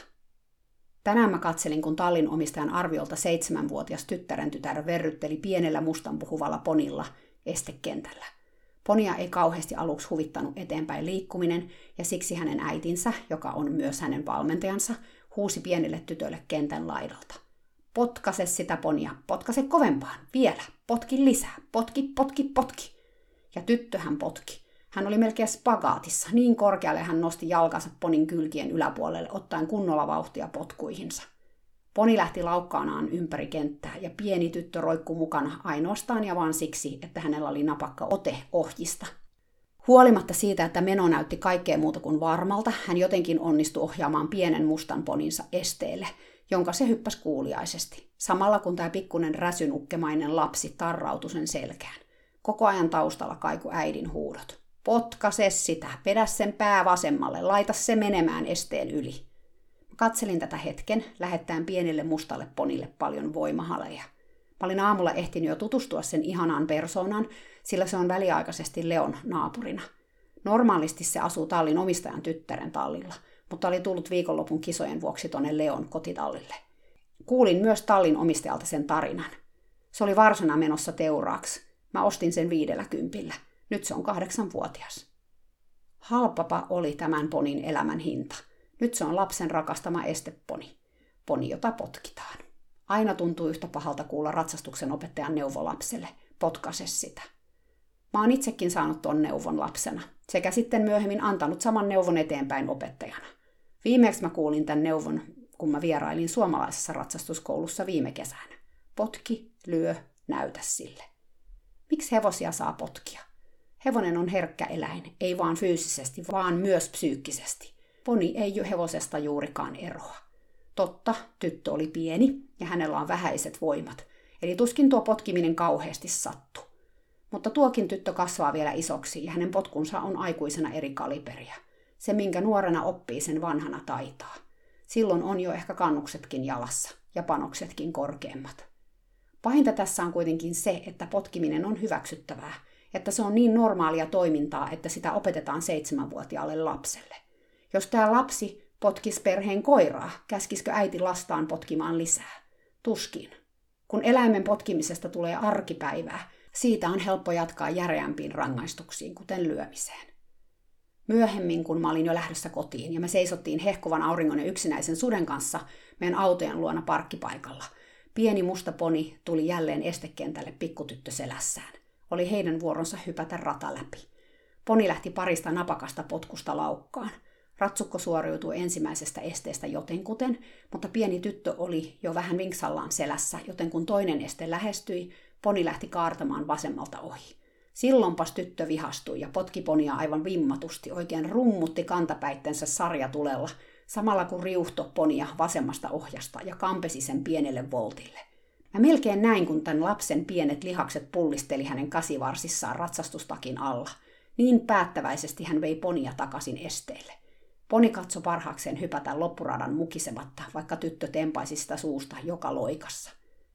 Tänään mä katselin, kun tallin omistajan arviolta seitsemänvuotias tyttären tytär verrytteli pienellä mustan puhuvalla ponilla estekentällä. Ponia ei kauheasti aluksi huvittanut eteenpäin liikkuminen, ja siksi hänen äitinsä, joka on myös hänen valmentajansa, huusi pienelle tytölle kentän laidalta. Potkase sitä ponia, potkase kovempaan, vielä, potki lisää, potki, potki, potki. Ja tyttöhän potki. Hän oli melkein spagaatissa, niin korkealle hän nosti jalkansa ponin kylkien yläpuolelle, ottaen kunnolla vauhtia potkuihinsa. Poni lähti laukkaanaan ympäri kenttää, ja pieni tyttö roikkui mukana ainoastaan ja vaan siksi, että hänellä oli napakka ote ohjista. Huolimatta siitä, että meno näytti kaikkea muuta kuin varmalta, hän jotenkin onnistui ohjaamaan pienen mustan poninsa esteelle, jonka se hyppäsi kuuliaisesti, samalla kun tämä pikkunen räsynukkemainen lapsi tarrautui sen selkään. Koko ajan taustalla kaiku äidin huudot. Potkase sitä, vedä sen pää vasemmalle, laita se menemään esteen yli. Katselin tätä hetken, lähettäen pienelle mustalle ponille paljon voimahaleja. Mä olin aamulla ehtinyt jo tutustua sen ihanaan persoonaan, sillä se on väliaikaisesti Leon naapurina. Normaalisti se asuu tallin omistajan tyttären tallilla, mutta oli tullut viikonlopun kisojen vuoksi tonne Leon kotitallille. Kuulin myös tallin omistajalta sen tarinan. Se oli varsana menossa teuraaksi. Mä ostin sen viidellä kympillä. Nyt se on kahdeksanvuotias. Halpapa oli tämän ponin elämän hinta. Nyt se on lapsen rakastama esteponi. Poni, jota potkitaan. Aina tuntuu yhtä pahalta kuulla ratsastuksen opettajan neuvo lapselle. Potkase sitä. Mä oon itsekin saanut ton neuvon lapsena. Sekä sitten myöhemmin antanut saman neuvon eteenpäin opettajana. Viimeksi mä kuulin tämän neuvon, kun mä vierailin suomalaisessa ratsastuskoulussa viime kesänä. Potki, lyö, näytä sille. Miksi hevosia saa potkia? Hevonen on herkkä eläin, ei vaan fyysisesti, vaan myös psyykkisesti. Poni ei jo hevosesta juurikaan eroa. Totta, tyttö oli pieni ja hänellä on vähäiset voimat, eli tuskin tuo potkiminen kauheasti sattuu. Mutta tuokin tyttö kasvaa vielä isoksi ja hänen potkunsa on aikuisena eri kaliberia. Se, minkä nuorena oppii, sen vanhana taitaa. Silloin on jo ehkä kannuksetkin jalassa ja panoksetkin korkeammat. Pahinta tässä on kuitenkin se, että potkiminen on hyväksyttävää, että se on niin normaalia toimintaa, että sitä opetetaan seitsemänvuotiaalle lapselle. Jos tämä lapsi potkisi perheen koiraa, käskisikö äiti lastaan potkimaan lisää? Tuskin. Kun eläimen potkimisesta tulee arkipäivää, siitä on helppo jatkaa järeämpiin rangaistuksiin, kuten lyömiseen. Myöhemmin, kun mä olin jo lähdössä kotiin ja me seisottiin hehkuvan auringon ja yksinäisen suden kanssa meidän autojen luona parkkipaikalla, pieni musta poni tuli jälleen estekentälle pikkutyttö selässään. Oli heidän vuoronsa hypätä rata läpi. Poni lähti parista napakasta potkusta laukkaan. Ratsukko suoriutui ensimmäisestä esteestä jotenkuten, mutta pieni tyttö oli jo vähän vinksallaan selässä, joten kun toinen este lähestyi, poni lähti kaartamaan vasemmalta ohi. Silloinpas tyttö vihastui ja potki ponia aivan vimmatusti, oikein rummutti kantapäittensä sarjatulella, samalla kun riuhto ponia vasemmasta ohjasta ja kampesi sen pienelle voltille. Mä melkein näin, kun tämän lapsen pienet lihakset pullisteli hänen kasivarsissaan ratsastustakin alla. Niin päättäväisesti hän vei ponia takaisin esteelle. Poni katsoi parhaakseen hypätä loppuradan mukisematta, vaikka tyttö tempaisi sitä suusta joka loikassa.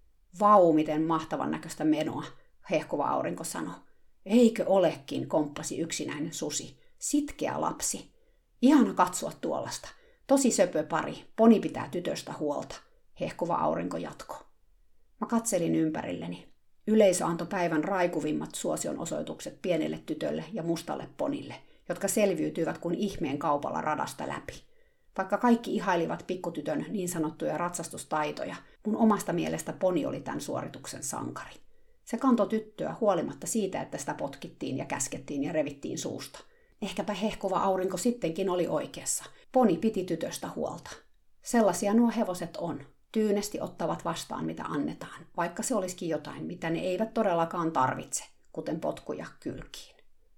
Vau, miten mahtavan näköistä menoa, hehkuva aurinko sanoi. Eikö olekin, komppasi yksinäinen susi. Sitkeä lapsi. Ihana katsoa tuollaista. Tosi söpö pari, poni pitää tytöstä huolta, hehkuva aurinko jatkoi. Mä katselin ympärilleni. Yleisö antoi päivän raikuvimmat suosionosoitukset pienelle tytölle ja mustalle ponille, jotka selviytyivät kuin ihmeen kaupalla radasta läpi. Vaikka kaikki ihailivat pikkutytön niin sanottuja ratsastustaitoja, mun omasta mielestä poni oli tämän suorituksen sankari. Se kantoi tyttöä huolimatta siitä, että sitä potkittiin ja käskettiin ja revittiin suusta. Ehkäpä hehkuva aurinko sittenkin oli oikeassa. Poni piti tytöstä huolta. Sellaisia nuo hevoset on. Tyynesti ottavat vastaan, mitä annetaan, vaikka se olisikin jotain, mitä ne eivät todellakaan tarvitse, kuten potkuja kylkiin.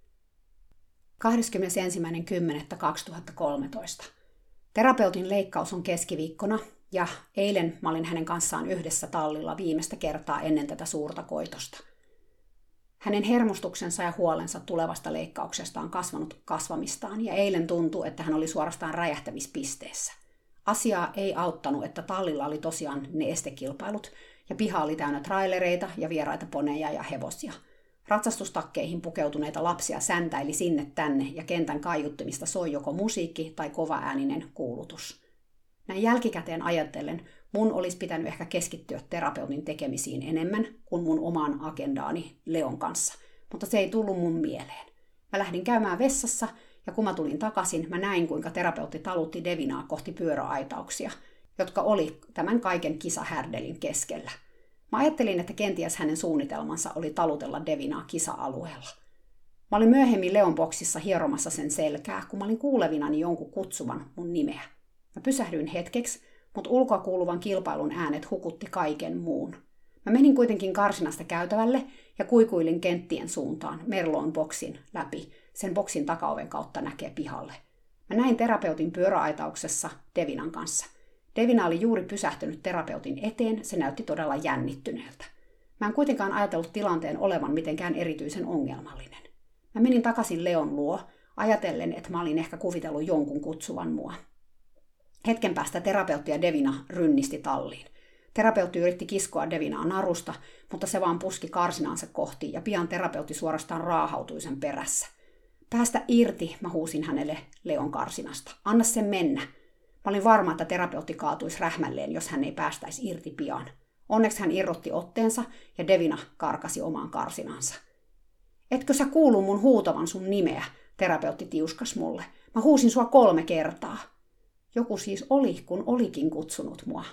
kahdeskymmenesensimmäinen kymmenettä kaksituhattakolmetoista. Terapeutin leikkaus on keskiviikkona, ja eilen mä olin hänen kanssaan yhdessä tallilla viimeistä kertaa ennen tätä suurta koitosta. Hänen hermostuksensa ja huolensa tulevasta leikkauksesta on kasvanut kasvamistaan, ja eilen tuntui, että hän oli suorastaan räjähtämispisteessä. Asiaa ei auttanut, että tallilla oli tosiaan ne estekilpailut, ja piha oli täynnä trailereita ja vieraita poneja ja hevosia. Ratsastustakkeihin pukeutuneita lapsia säntäili sinne tänne, ja kentän kaiuttimista soi joko musiikki tai kovaääninen kuulutus. Näin jälkikäteen ajatellen mun olisi pitänyt ehkä keskittyä terapeutin tekemisiin enemmän kuin mun omaan agendaani Leon kanssa, mutta se ei tullut mun mieleen. Mä lähdin käymään vessassa, ja kun mä tulin takaisin, mä näin, kuinka terapeutti talutti Devinaa kohti pyöräaitauksia, jotka oli tämän kaiken kisahärdelin keskellä. Mä ajattelin, että kenties hänen suunnitelmansa oli talutella Devinaa kisa-alueella. Mä olin myöhemmin Leon boksissa hieromassa sen selkää, kun mä olin kuulevinani jonkun kutsuvan mun nimeä. Mä pysähdyin hetkeksi, mutta ulkoa kuuluvan kilpailun äänet hukutti kaiken muun. Mä menin kuitenkin karsinasta käytävälle ja kuikuilin kenttien suuntaan Merlon boksin läpi. Sen boksin takaoven kautta näkee pihalle. Mä näin terapeutin pyöräaitauksessa Devinan kanssa. Devina oli juuri pysähtynyt terapeutin eteen, se näytti todella jännittyneeltä. Mä en kuitenkaan ajatellut tilanteen olevan mitenkään erityisen ongelmallinen. Mä menin takaisin Leon luo, ajatellen, että mä olin ehkä kuvitellut jonkun kutsuvan mua. Hetken päästä terapeutti ja Devina rynnisti talliin. Terapeutti yritti kiskoa Devinaa narusta, mutta se vaan puski karsinaansa kohti ja pian terapeutti suorastaan raahautui sen perässä. Päästä irti, mä huusin hänelle Leon karsinasta. Anna sen mennä. Mä olin varma, että terapeutti kaatuisi rähmälleen, jos hän ei päästäisi irti pian. Onneksi hän irrotti otteensa ja Devina karkasi omaan karsinansa. Etkö sä kuulu mun huutavan sun nimeä, terapeutti tiuskas mulle. Mä huusin sua kolme kertaa. Joku siis oli, kun olikin kutsunut mua.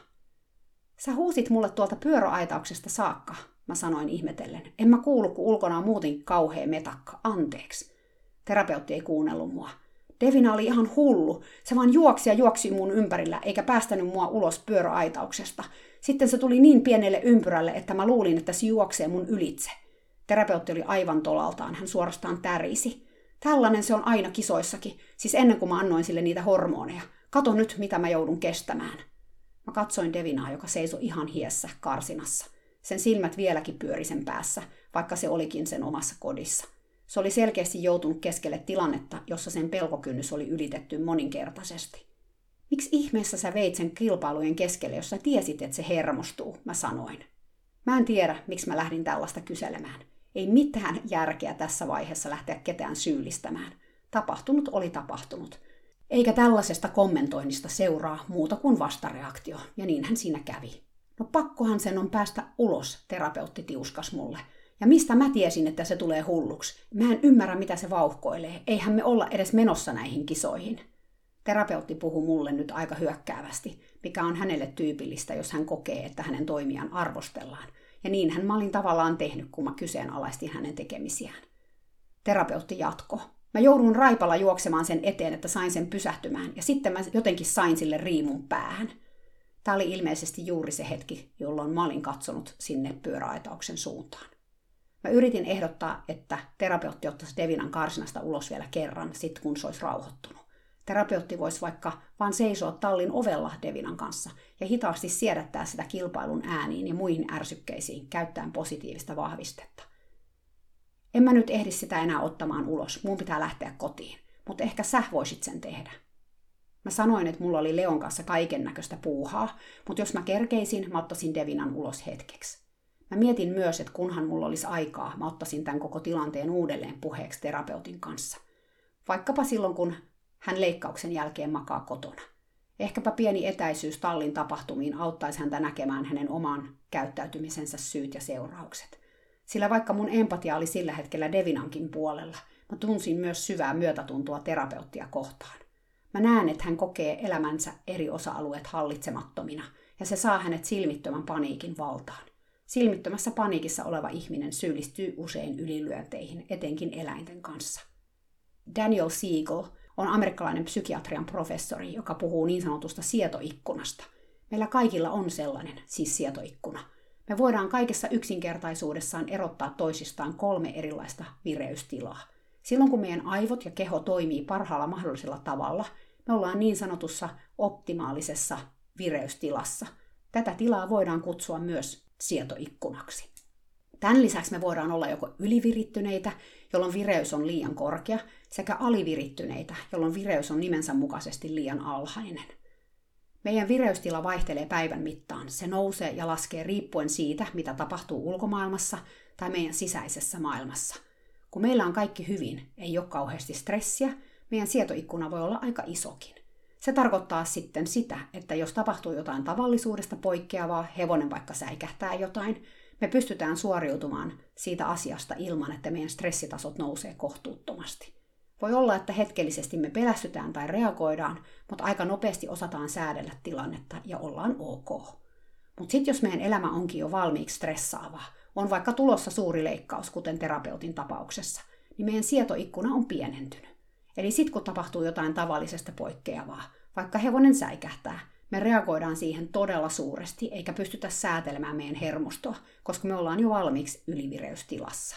Sä huusit mulle tuolta pyöräaitauksesta saakka, mä sanoin ihmetellen. En mä kuulu, kun ulkona on muuten kauhea metakka. Anteeksi. Terapeutti ei kuunnellut mua. Devina oli ihan hullu. Se vaan juoksi ja juoksi mun ympärillä, eikä päästänyt mua ulos pyöräaitauksesta. Sitten se tuli niin pienelle ympyrälle, että mä luulin, että se juoksee mun ylitse. Terapeutti oli aivan tolaltaan. Hän suorastaan tärisi. Tällainen se on aina kisoissakin, siis ennen kuin mä annoin sille niitä hormoneja. Kato nyt, mitä mä joudun kestämään. Mä katsoin Devinaa, joka seisoi ihan hiessä karsinassa. Sen silmät vieläkin pyöri sen päässä, vaikka se olikin sen omassa kodissa. Se oli selkeästi joutunut keskelle tilannetta, jossa sen pelkokynnys oli ylitetty moninkertaisesti. Miksi ihmeessä sä veit sen kilpailujen keskelle, jos sä tiesit, että se hermostuu, mä sanoin. Mä en tiedä, miksi mä lähdin tällaista kyselemään. Ei mitään järkeä tässä vaiheessa lähteä ketään syyllistämään. Tapahtunut oli tapahtunut. Eikä tällaisesta kommentoinnista seuraa muuta kuin vastareaktio, ja niinhän siinä kävi. No pakkohan sen on päästä ulos, terapeutti tiuskas mulle. Ja mistä mä tiesin, että se tulee hulluksi? Mä en ymmärrä, mitä se vauhkoilee. Eihän me olla edes menossa näihin kisoihin. Terapeutti puhuu mulle nyt aika hyökkäävästi, mikä on hänelle tyypillistä, jos hän kokee, että hänen toimiaan arvostellaan. Ja niinhän mä olin tavallaan tehnyt, kun mä kyseenalaistin hänen tekemisiään. Terapeutti jatkoi. Mä joudun raipalla juoksemaan sen eteen, että sain sen pysähtymään, ja sitten mä jotenkin sain sille riimun päähän. Tämä oli ilmeisesti juuri se hetki, jolloin mä olin katsonut sinne pyöräaitauksen suuntaan. Mä yritin ehdottaa, että terapeutti ottaisi Devinan karsinasta ulos vielä kerran, sit kun se olisi rauhoittunut. Terapeutti voisi vaikka vaan seisoa tallin ovella Devinan kanssa ja hitaasti siedättää sitä kilpailun ääniin ja muihin ärsykkeisiin käyttäen positiivista vahvistetta. En mä nyt ehdi sitä enää ottamaan ulos, mun pitää lähteä kotiin, mutta ehkä sä voisit sen tehdä. Mä sanoin, että mulla oli Leon kanssa kaiken näköistä puuhaa, mutta jos mä kerkeisin, mä ottaisin Devinan ulos hetkeksi. Mä mietin myös, että kunhan mulla olisi aikaa, mä ottaisin tämän koko tilanteen uudelleen puheeksi terapeutin kanssa. Vaikkapa silloin, kun hän leikkauksen jälkeen makaa kotona. Ehkäpä pieni etäisyys tallin tapahtumiin auttaisi häntä näkemään hänen oman käyttäytymisensä syyt ja seuraukset. Sillä vaikka mun empatia oli sillä hetkellä Devinankin puolella, mä tunsin myös syvää myötätuntoa terapeuttia kohtaan. Mä näen, että hän kokee elämänsä eri osa-alueet hallitsemattomina, ja se saa hänet silmittömän paniikin valtaan. Silmittömässä paniikissa oleva ihminen syyllistyy usein ylilyönteihin, etenkin eläinten kanssa. Daniel Siegel on amerikkalainen psykiatrian professori, joka puhuu niin sanotusta sietoikkunasta. Meillä kaikilla on sellainen, siis sietoikkuna. Me voidaan kaikessa yksinkertaisuudessaan erottaa toisistaan kolme erilaista vireystilaa. Silloin kun meidän aivot ja keho toimii parhaalla mahdollisella tavalla, me ollaan niin sanotussa optimaalisessa vireystilassa. Tätä tilaa voidaan kutsua myös sietoikkunaksi. Tämän lisäksi me voidaan olla joko ylivirittyneitä, jolloin vireys on liian korkea, sekä alivirittyneitä, jolloin vireys on nimensä mukaisesti liian alhainen. Meidän vireystila vaihtelee päivän mittaan. Se nousee ja laskee riippuen siitä, mitä tapahtuu ulkomaailmassa tai meidän sisäisessä maailmassa. Kun meillä on kaikki hyvin, ei ole kauheasti stressiä, meidän sietoikkuna voi olla aika isokin. Se tarkoittaa sitten sitä, että jos tapahtuu jotain tavallisuudesta poikkeavaa, hevonen vaikka säikähtää jotain, me pystytään suoriutumaan siitä asiasta ilman, että meidän stressitasot nousee kohtuuttomasti. Voi olla, että hetkellisesti me pelästytään tai reagoidaan, mutta aika nopeasti osataan säädellä tilannetta ja ollaan ok. Mutta sitten jos meidän elämä onkin jo valmiiksi stressaavaa, on vaikka tulossa suuri leikkaus, kuten terapeutin tapauksessa, niin meidän sietoikkuna on pienentynyt. Eli sitten kun tapahtuu jotain tavallisesta poikkeavaa, vaikka hevonen säikähtää, me reagoidaan siihen todella suuresti, eikä pystytä säätelemään meidän hermostoa, koska me ollaan jo valmiiksi ylivireystilassa.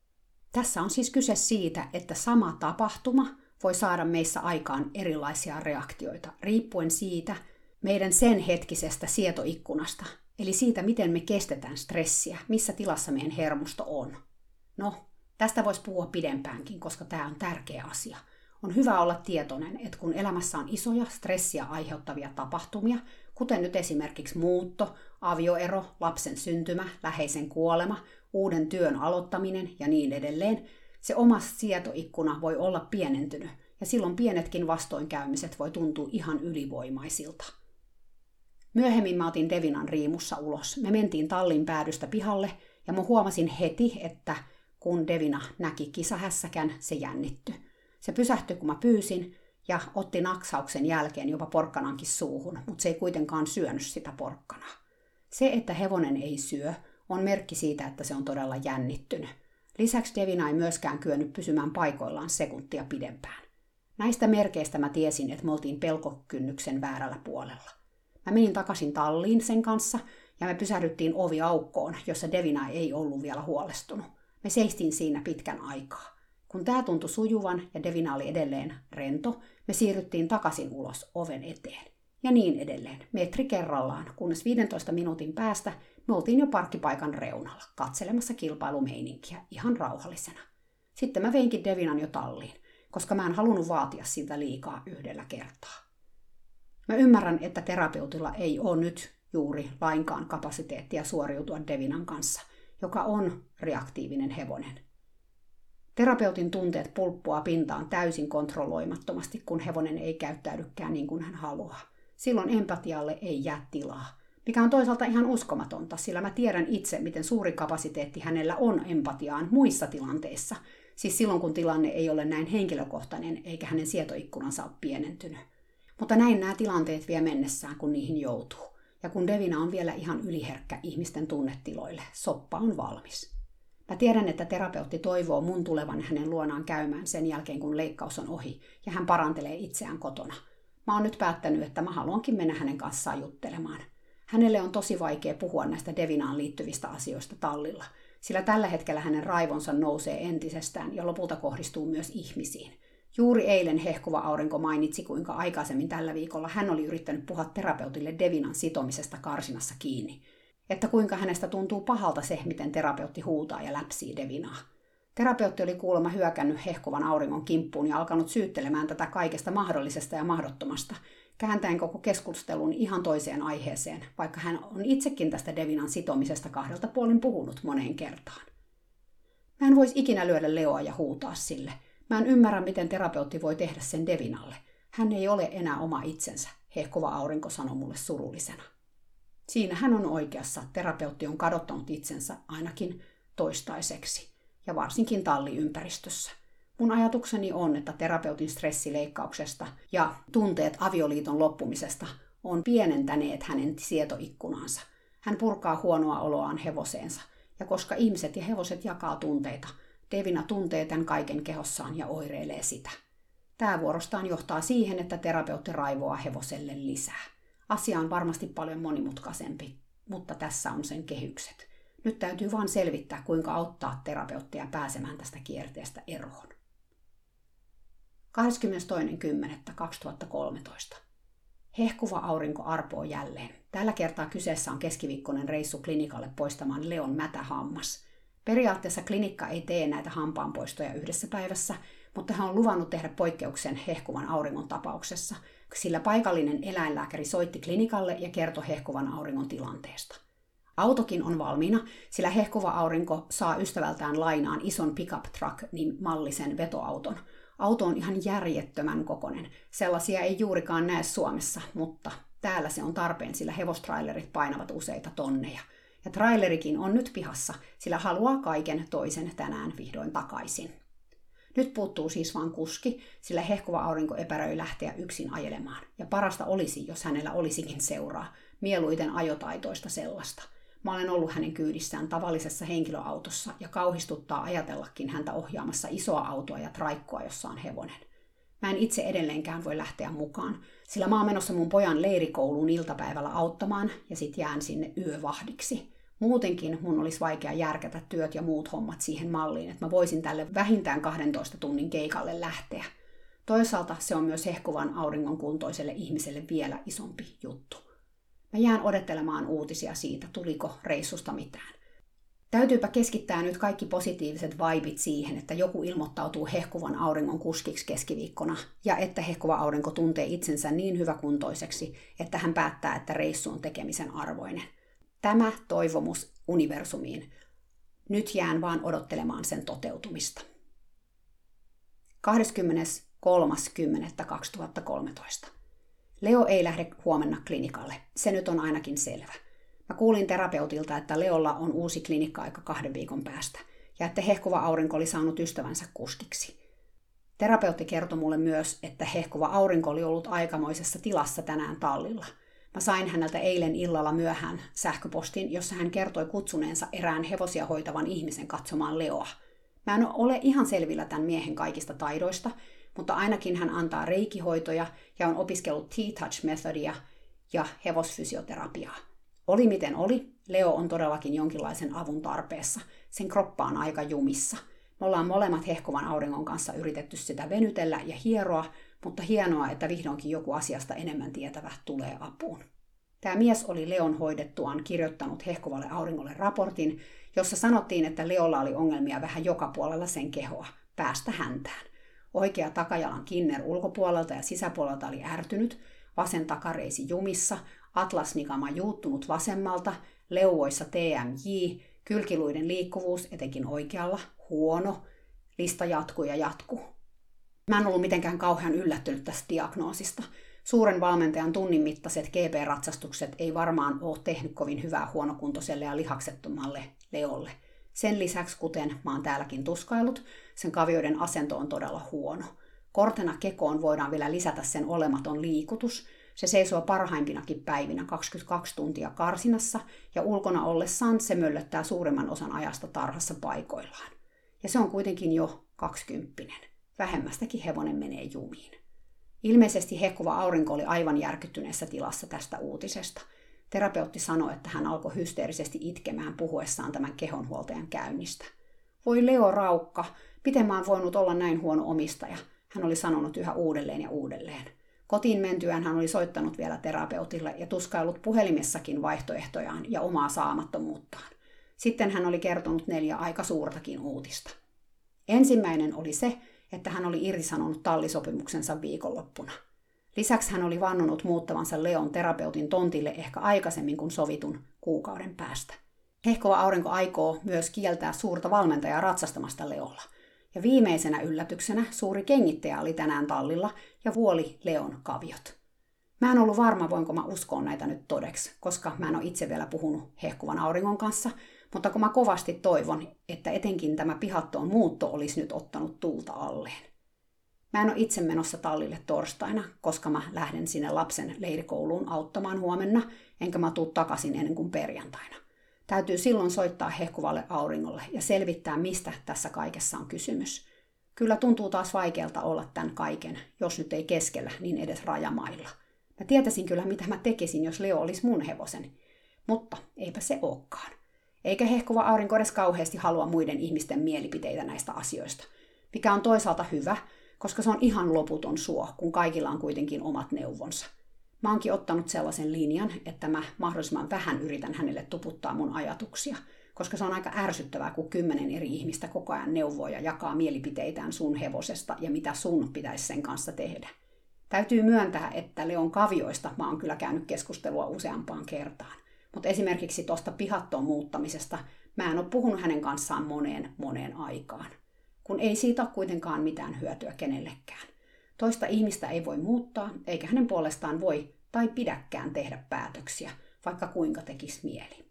Tässä on siis kyse siitä, että sama tapahtuma voi saada meissä aikaan erilaisia reaktioita, riippuen siitä meidän sen hetkisestä sietoikkunasta, eli siitä, miten me kestetään stressiä, missä tilassa meidän hermosto on. No, tästä voisi puhua pidempäänkin, koska tämä on tärkeä asia. On hyvä olla tietoinen, että kun elämässä on isoja stressiä aiheuttavia tapahtumia, kuten nyt esimerkiksi muutto, avioero, lapsen syntymä, läheisen kuolema, uuden työn aloittaminen ja niin edelleen, se oma sietoikkuna voi olla pienentynyt, ja silloin pienetkin vastoinkäymiset voi tuntua ihan ylivoimaisilta. Myöhemmin mä otin Devinan riimussa ulos. Me mentiin tallin päädystä pihalle, ja mä huomasin heti, että kun Devina näki kisahässäkän, se jännittyi. Se pysähtyi, kun mä pyysin, ja otti naksauksen jälkeen jopa porkkanankin suuhun, mutta se ei kuitenkaan syönyt sitä porkkanaa. Se, että hevonen ei syö, on merkki siitä, että se on todella jännittynyt. Lisäksi Devina ei myöskään kyennyt pysymään paikoillaan sekuntia pidempään. Näistä merkeistä mä tiesin, että me oltiin pelkokynnyksen väärällä puolella. Mä menin takaisin talliin sen kanssa, ja me pysähdyttiin oviaukkoon, jossa Devina ei ollut vielä huolestunut. Me seistiin siinä pitkän aikaa. Kun tämä tuntui sujuvan ja Devina oli edelleen rento, me siirryttiin takaisin ulos oven eteen. Ja niin edelleen, metri kerrallaan, kunnes viidentoista minuutin päästä me oltiin jo parkkipaikan reunalla, katselemassa kilpailumeininkiä ihan rauhallisena. Sitten mä veinkin Devinan jo talliin, koska mä en halunnut vaatia siltä liikaa yhdellä kertaa. Mä ymmärrän, että terapeutilla ei ole nyt juuri lainkaan kapasiteettia suoriutua Devinan kanssa, joka on reaktiivinen hevonen. Terapeutin tunteet pulppuaa pintaan täysin kontrolloimattomasti, kun hevonen ei käyttäydykään niin kuin hän haluaa. Silloin empatialle ei jää tilaa, mikä on toisaalta ihan uskomatonta, sillä mä tiedän itse, miten suuri kapasiteetti hänellä on empatiaan muissa tilanteissa, siis silloin kun tilanne ei ole näin henkilökohtainen eikä hänen sietoikkunansa ole pienentynyt. Mutta näin nämä tilanteet vie mennessään, kun niihin joutuu. Ja kun Devina on vielä ihan yliherkkä ihmisten tunnetiloille, soppa on valmis. Mä tiedän, että terapeutti toivoo mun tulevan hänen luonaan käymään sen jälkeen, kun leikkaus on ohi, ja hän parantelee itseään kotona. Mä oon nyt päättänyt, että mä haluankin mennä hänen kanssaan juttelemaan. Hänelle on tosi vaikea puhua näistä Devinaan liittyvistä asioista tallilla, sillä tällä hetkellä hänen raivonsa nousee entisestään ja lopulta kohdistuu myös ihmisiin. Juuri eilen hehkuva aurinko mainitsi, kuinka aikaisemmin tällä viikolla hän oli yrittänyt puhua terapeutille Devinan sitomisesta karsinassa kiinni. Että kuinka hänestä tuntuu pahalta se, miten terapeutti huutaa ja läpsii Devinaa. Terapeutti oli kuulemma hyökännyt hehkuvan auringon kimppuun ja alkanut syyttelemään tätä kaikesta mahdollisesta ja mahdottomasta, kääntäen koko keskustelun ihan toiseen aiheeseen, vaikka hän on itsekin tästä Devinan sitomisesta kahdelta puolin puhunut moneen kertaan. Mä en voisi ikinä lyödä Leoa ja huutaa sille. Mä en ymmärrä, miten terapeutti voi tehdä sen Devinalle. Hän ei ole enää oma itsensä, hehkuva aurinko sanoi mulle surullisena. Siinä hän on oikeassa. Terapeutti on kadottanut itsensä ainakin toistaiseksi, ja varsinkin talliympäristössä. Mun ajatukseni on, että terapeutin stressileikkauksesta ja tunteet avioliiton loppumisesta on pienentäneet hänen sietoikkunaansa. Hän purkaa huonoa oloaan hevoseensa, ja koska ihmiset ja hevoset jakaa tunteita, Devina tuntee tämän kaiken kehossaan ja oireilee sitä. Tämä vuorostaan johtaa siihen, että terapeutti raivoaa hevoselle lisää. Asia on varmasti paljon monimutkaisempi, mutta tässä on sen kehykset. Nyt täytyy vain selvittää, kuinka auttaa terapeuttia pääsemään tästä kierteestä eroon. kahdeskymmenestoinen kymmenettä kaksituhattakolmetoista. Hehkuva aurinko arpoo jälleen. Tällä kertaa kyseessä on keskiviikkoinen reissu klinikalle poistamaan Leon mätähammas. Periaatteessa klinikka ei tee näitä hampaanpoistoja yhdessä päivässä, mutta hän on luvannut tehdä poikkeuksen hehkuvan auringon tapauksessa, sillä paikallinen eläinlääkäri soitti klinikalle ja kertoi hehkuvan auringon tilanteesta. Autokin on valmiina, sillä hehkuva aurinko saa ystävältään lainaan ison pickup truck-mallisen vetoauton. Auto on ihan järjettömän kokoinen. Sellaisia ei juurikaan näe Suomessa, mutta täällä se on tarpeen, sillä hevostrailerit painavat useita tonneja. Ja trailerikin on nyt pihassa, sillä haluaa kaiken toisen tänään vihdoin takaisin. Nyt puuttuu siis vain kuski, sillä hehkuva aurinko epäröi lähteä yksin ajelemaan. Ja parasta olisi, jos hänellä olisikin seuraa, mieluiten ajotaitoista sellaista. Mä olen ollut hänen kyydissään tavallisessa henkilöautossa ja kauhistuttaa ajatellakin häntä ohjaamassa isoa autoa ja traikkoa, jossa on hevonen. Mä en itse edelleenkään voi lähteä mukaan, sillä mä oon menossa mun pojan leirikouluun iltapäivällä auttamaan ja sit jään sinne yövahdiksi. Muutenkin mun olisi vaikea järkätä työt ja muut hommat siihen malliin, että mä voisin tälle vähintään kahdentoista tunnin keikalle lähteä. Toisaalta se on myös hehkuvan auringon kuntoiselle ihmiselle vielä isompi juttu. Mä jään odottelemaan uutisia siitä, tuliko reissusta mitään. Täytyypä keskittää nyt kaikki positiiviset vibit siihen, että joku ilmoittautuu hehkuvan auringon kuskiksi keskiviikkona ja että hehkuva aurinko tuntee itsensä niin hyväkuntoiseksi, että hän päättää, että reissu on tekemisen arvoinen. Tämä toivomus universumiin. Nyt jään vaan odottelemaan sen toteutumista. kahdeskymmeneskolmas kymmenettä kaksituhattakolmetoista. Leo ei lähde huomenna klinikalle. Se nyt on ainakin selvä. Mä kuulin terapeutilta, että Leolla on uusi klinikka-aika kahden viikon päästä ja että hehkuva aurinko oli saanut ystävänsä kuskiksi. Terapeutti kertoi mulle myös, että hehkuva aurinko oli ollut aikamoisessa tilassa tänään tallilla. Mä sain häneltä eilen illalla myöhään sähköpostin, jossa hän kertoi kutsuneensa erään hevosia hoitavan ihmisen katsomaan Leoa. Mä en ole ihan selvillä tämän miehen kaikista taidoista, mutta ainakin hän antaa reikihoitoja ja on opiskellut T-touch-methodia ja hevosfysioterapiaa. Oli miten oli, Leo on todellakin jonkinlaisen avun tarpeessa. Sen kroppa on aika jumissa. Me ollaan molemmat hehkuvan auringon kanssa yritetty sitä venytellä ja hieroa, mutta hienoa, että vihdoinkin joku asiasta enemmän tietävä tulee apuun. Tämä mies oli Leon hoidettuaan kirjoittanut hehkuvalle auringolle raportin, jossa sanottiin, että Leolla oli ongelmia vähän joka puolella sen kehoa, päästä häntään. Oikea takajalan kinner ulkopuolelta ja sisäpuolelta oli ärtynyt, vasen takareisi jumissa, atlasnikama juuttunut vasemmalta, leuvoissa T M J, kylkiluiden liikkuvuus etenkin oikealla, huono, lista jatkuu ja jatkuu. Mä en ollut mitenkään kauhean yllättynyt tästä diagnoosista. Suuren valmentajan tunnin mittaiset G P-ratsastukset ei varmaan ole tehnyt kovin hyvää huonokuntoiselle ja lihaksettomalle Leolle. Sen lisäksi, kuten mä oon täälläkin tuskailut, sen kavioiden asento on todella huono. Kortena kekoon voidaan vielä lisätä sen olematon liikutus. Se seisoo parhaimpinakin päivinä kaksikymmentäkaksi tuntia karsinassa ja ulkona ollessaan se möllöttää suurimman osan ajasta tarhassa paikoillaan. Ja se on kuitenkin jo kaksikymppinen. Vähemmästäkin hevonen menee jumiin. Ilmeisesti hehkuva aurinko oli aivan järkyttyneessä tilassa tästä uutisesta. Terapeutti sanoi, että hän alkoi hysteerisesti itkemään puhuessaan tämän kehonhuoltajan käynnistä. Voi Leo Raukka, miten mä oon voinut olla näin huono omistaja, hän oli sanonut yhä uudelleen ja uudelleen. Kotiin mentyään hän oli soittanut vielä terapeutille ja tuskaillut puhelimessakin vaihtoehtojaan ja omaa saamattomuuttaan. Sitten hän oli kertonut neljä aika suurtakin uutista. Ensimmäinen oli se, että hän oli irtisanonut tallisopimuksensa viikonloppuna. Lisäksi hän oli vannonut muuttavansa Leon terapeutin tontille ehkä aikaisemmin kuin sovitun kuukauden päästä. Hehkuva aurinko aikoo myös kieltää suurta valmentajaa ratsastamasta Leolla. Ja viimeisenä yllätyksenä suuri kengittäjä oli tänään tallilla ja vuoli Leon kaviot. Mä en ollut varma, voinko mä uskoa näitä nyt todeksi, koska mä en ole itse vielä puhunut hehkuvan auringon kanssa, mutta kun mä kovasti toivon, että etenkin tämä pihattoon muutto olisi nyt ottanut tuulta alleen. Mä en ole itse menossa tallille torstaina, koska mä lähden sinne lapsen leirikouluun auttamaan huomenna, enkä mä tuu takaisin ennen kuin perjantaina. Täytyy silloin soittaa hehkuvalle auringolle ja selvittää, mistä tässä kaikessa on kysymys. Kyllä tuntuu taas vaikealta olla tämän kaiken, jos nyt ei keskellä, niin edes rajamailla. Mä tietäisin kyllä, mitä mä tekisin, jos Leo olisi mun hevosen. Mutta eipä se olekaan. Eikä hehkuva aurinko edes kauheasti halua muiden ihmisten mielipiteitä näistä asioista, mikä on toisaalta hyvä, koska se on ihan loputon suo, kun kaikilla on kuitenkin omat neuvonsa. Mä oonkin ottanut sellaisen linjan, että mä mahdollisimman vähän yritän hänelle tuputtaa mun ajatuksia, koska se on aika ärsyttävää, kun kymmenen eri ihmistä koko ajan neuvoo ja jakaa mielipiteitään sun hevosesta ja mitä sun pitäisi sen kanssa tehdä. Täytyy myöntää, että Leon kavioista mä oon kyllä käynyt keskustelua useampaan kertaan. Mutta esimerkiksi tuosta pihattoon muuttamisesta mä en ole puhunut hänen kanssaan moneen moneen aikaan. Kun ei siitä ole kuitenkaan mitään hyötyä kenellekään. Toista ihmistä ei voi muuttaa, eikä hänen puolestaan voi tai pidäkään tehdä päätöksiä, vaikka kuinka tekisi mieli.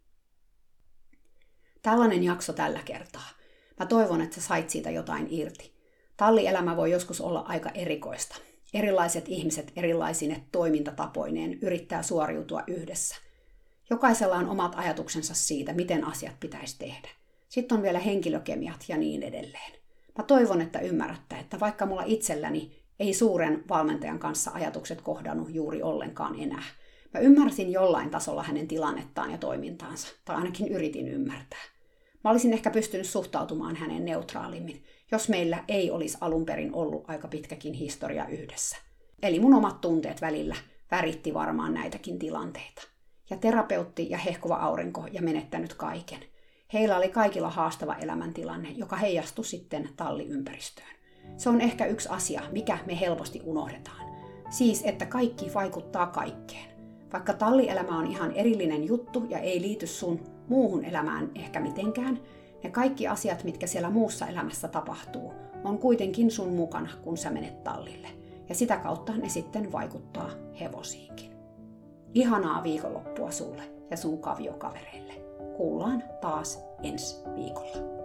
Tällainen jakso tällä kertaa. Mä toivon, että sä sait siitä jotain irti. Tallielämä voi joskus olla aika erikoista. Erilaiset ihmiset erilaisine toimintatapoineen yrittää suoriutua yhdessä. Jokaisella on omat ajatuksensa siitä, miten asiat pitäisi tehdä. Sitten on vielä henkilökemiat ja niin edelleen. Mä toivon, että ymmärrätte, että vaikka mulla itselläni ei suuren valmentajan kanssa ajatukset kohdannut juuri ollenkaan enää. Mä ymmärsin jollain tasolla hänen tilannettaan ja toimintaansa, tai ainakin yritin ymmärtää. Mä olisin ehkä pystynyt suhtautumaan häneen neutraalimmin, jos meillä ei olisi alun perin ollut aika pitkäkin historia yhdessä. Eli mun omat tunteet välillä väritti varmaan näitäkin tilanteita. Ja terapeutti ja hehkuva aurinko ja menettänyt kaiken. Heillä oli kaikilla haastava elämäntilanne, joka heijastui sitten talliympäristöön. Se on ehkä yksi asia, mikä me helposti unohdetaan. Siis, että kaikki vaikuttaa kaikkeen. Vaikka tallielämä on ihan erillinen juttu ja ei liity sun muuhun elämään ehkä mitenkään, ne kaikki asiat, mitkä siellä muussa elämässä tapahtuu, on kuitenkin sun mukana, kun sä menet tallille. Ja sitä kautta ne sitten vaikuttaa hevosiinkin. Ihanaa viikonloppua sulle ja sun kaviokavereille. Kuullaan taas ensi viikolla.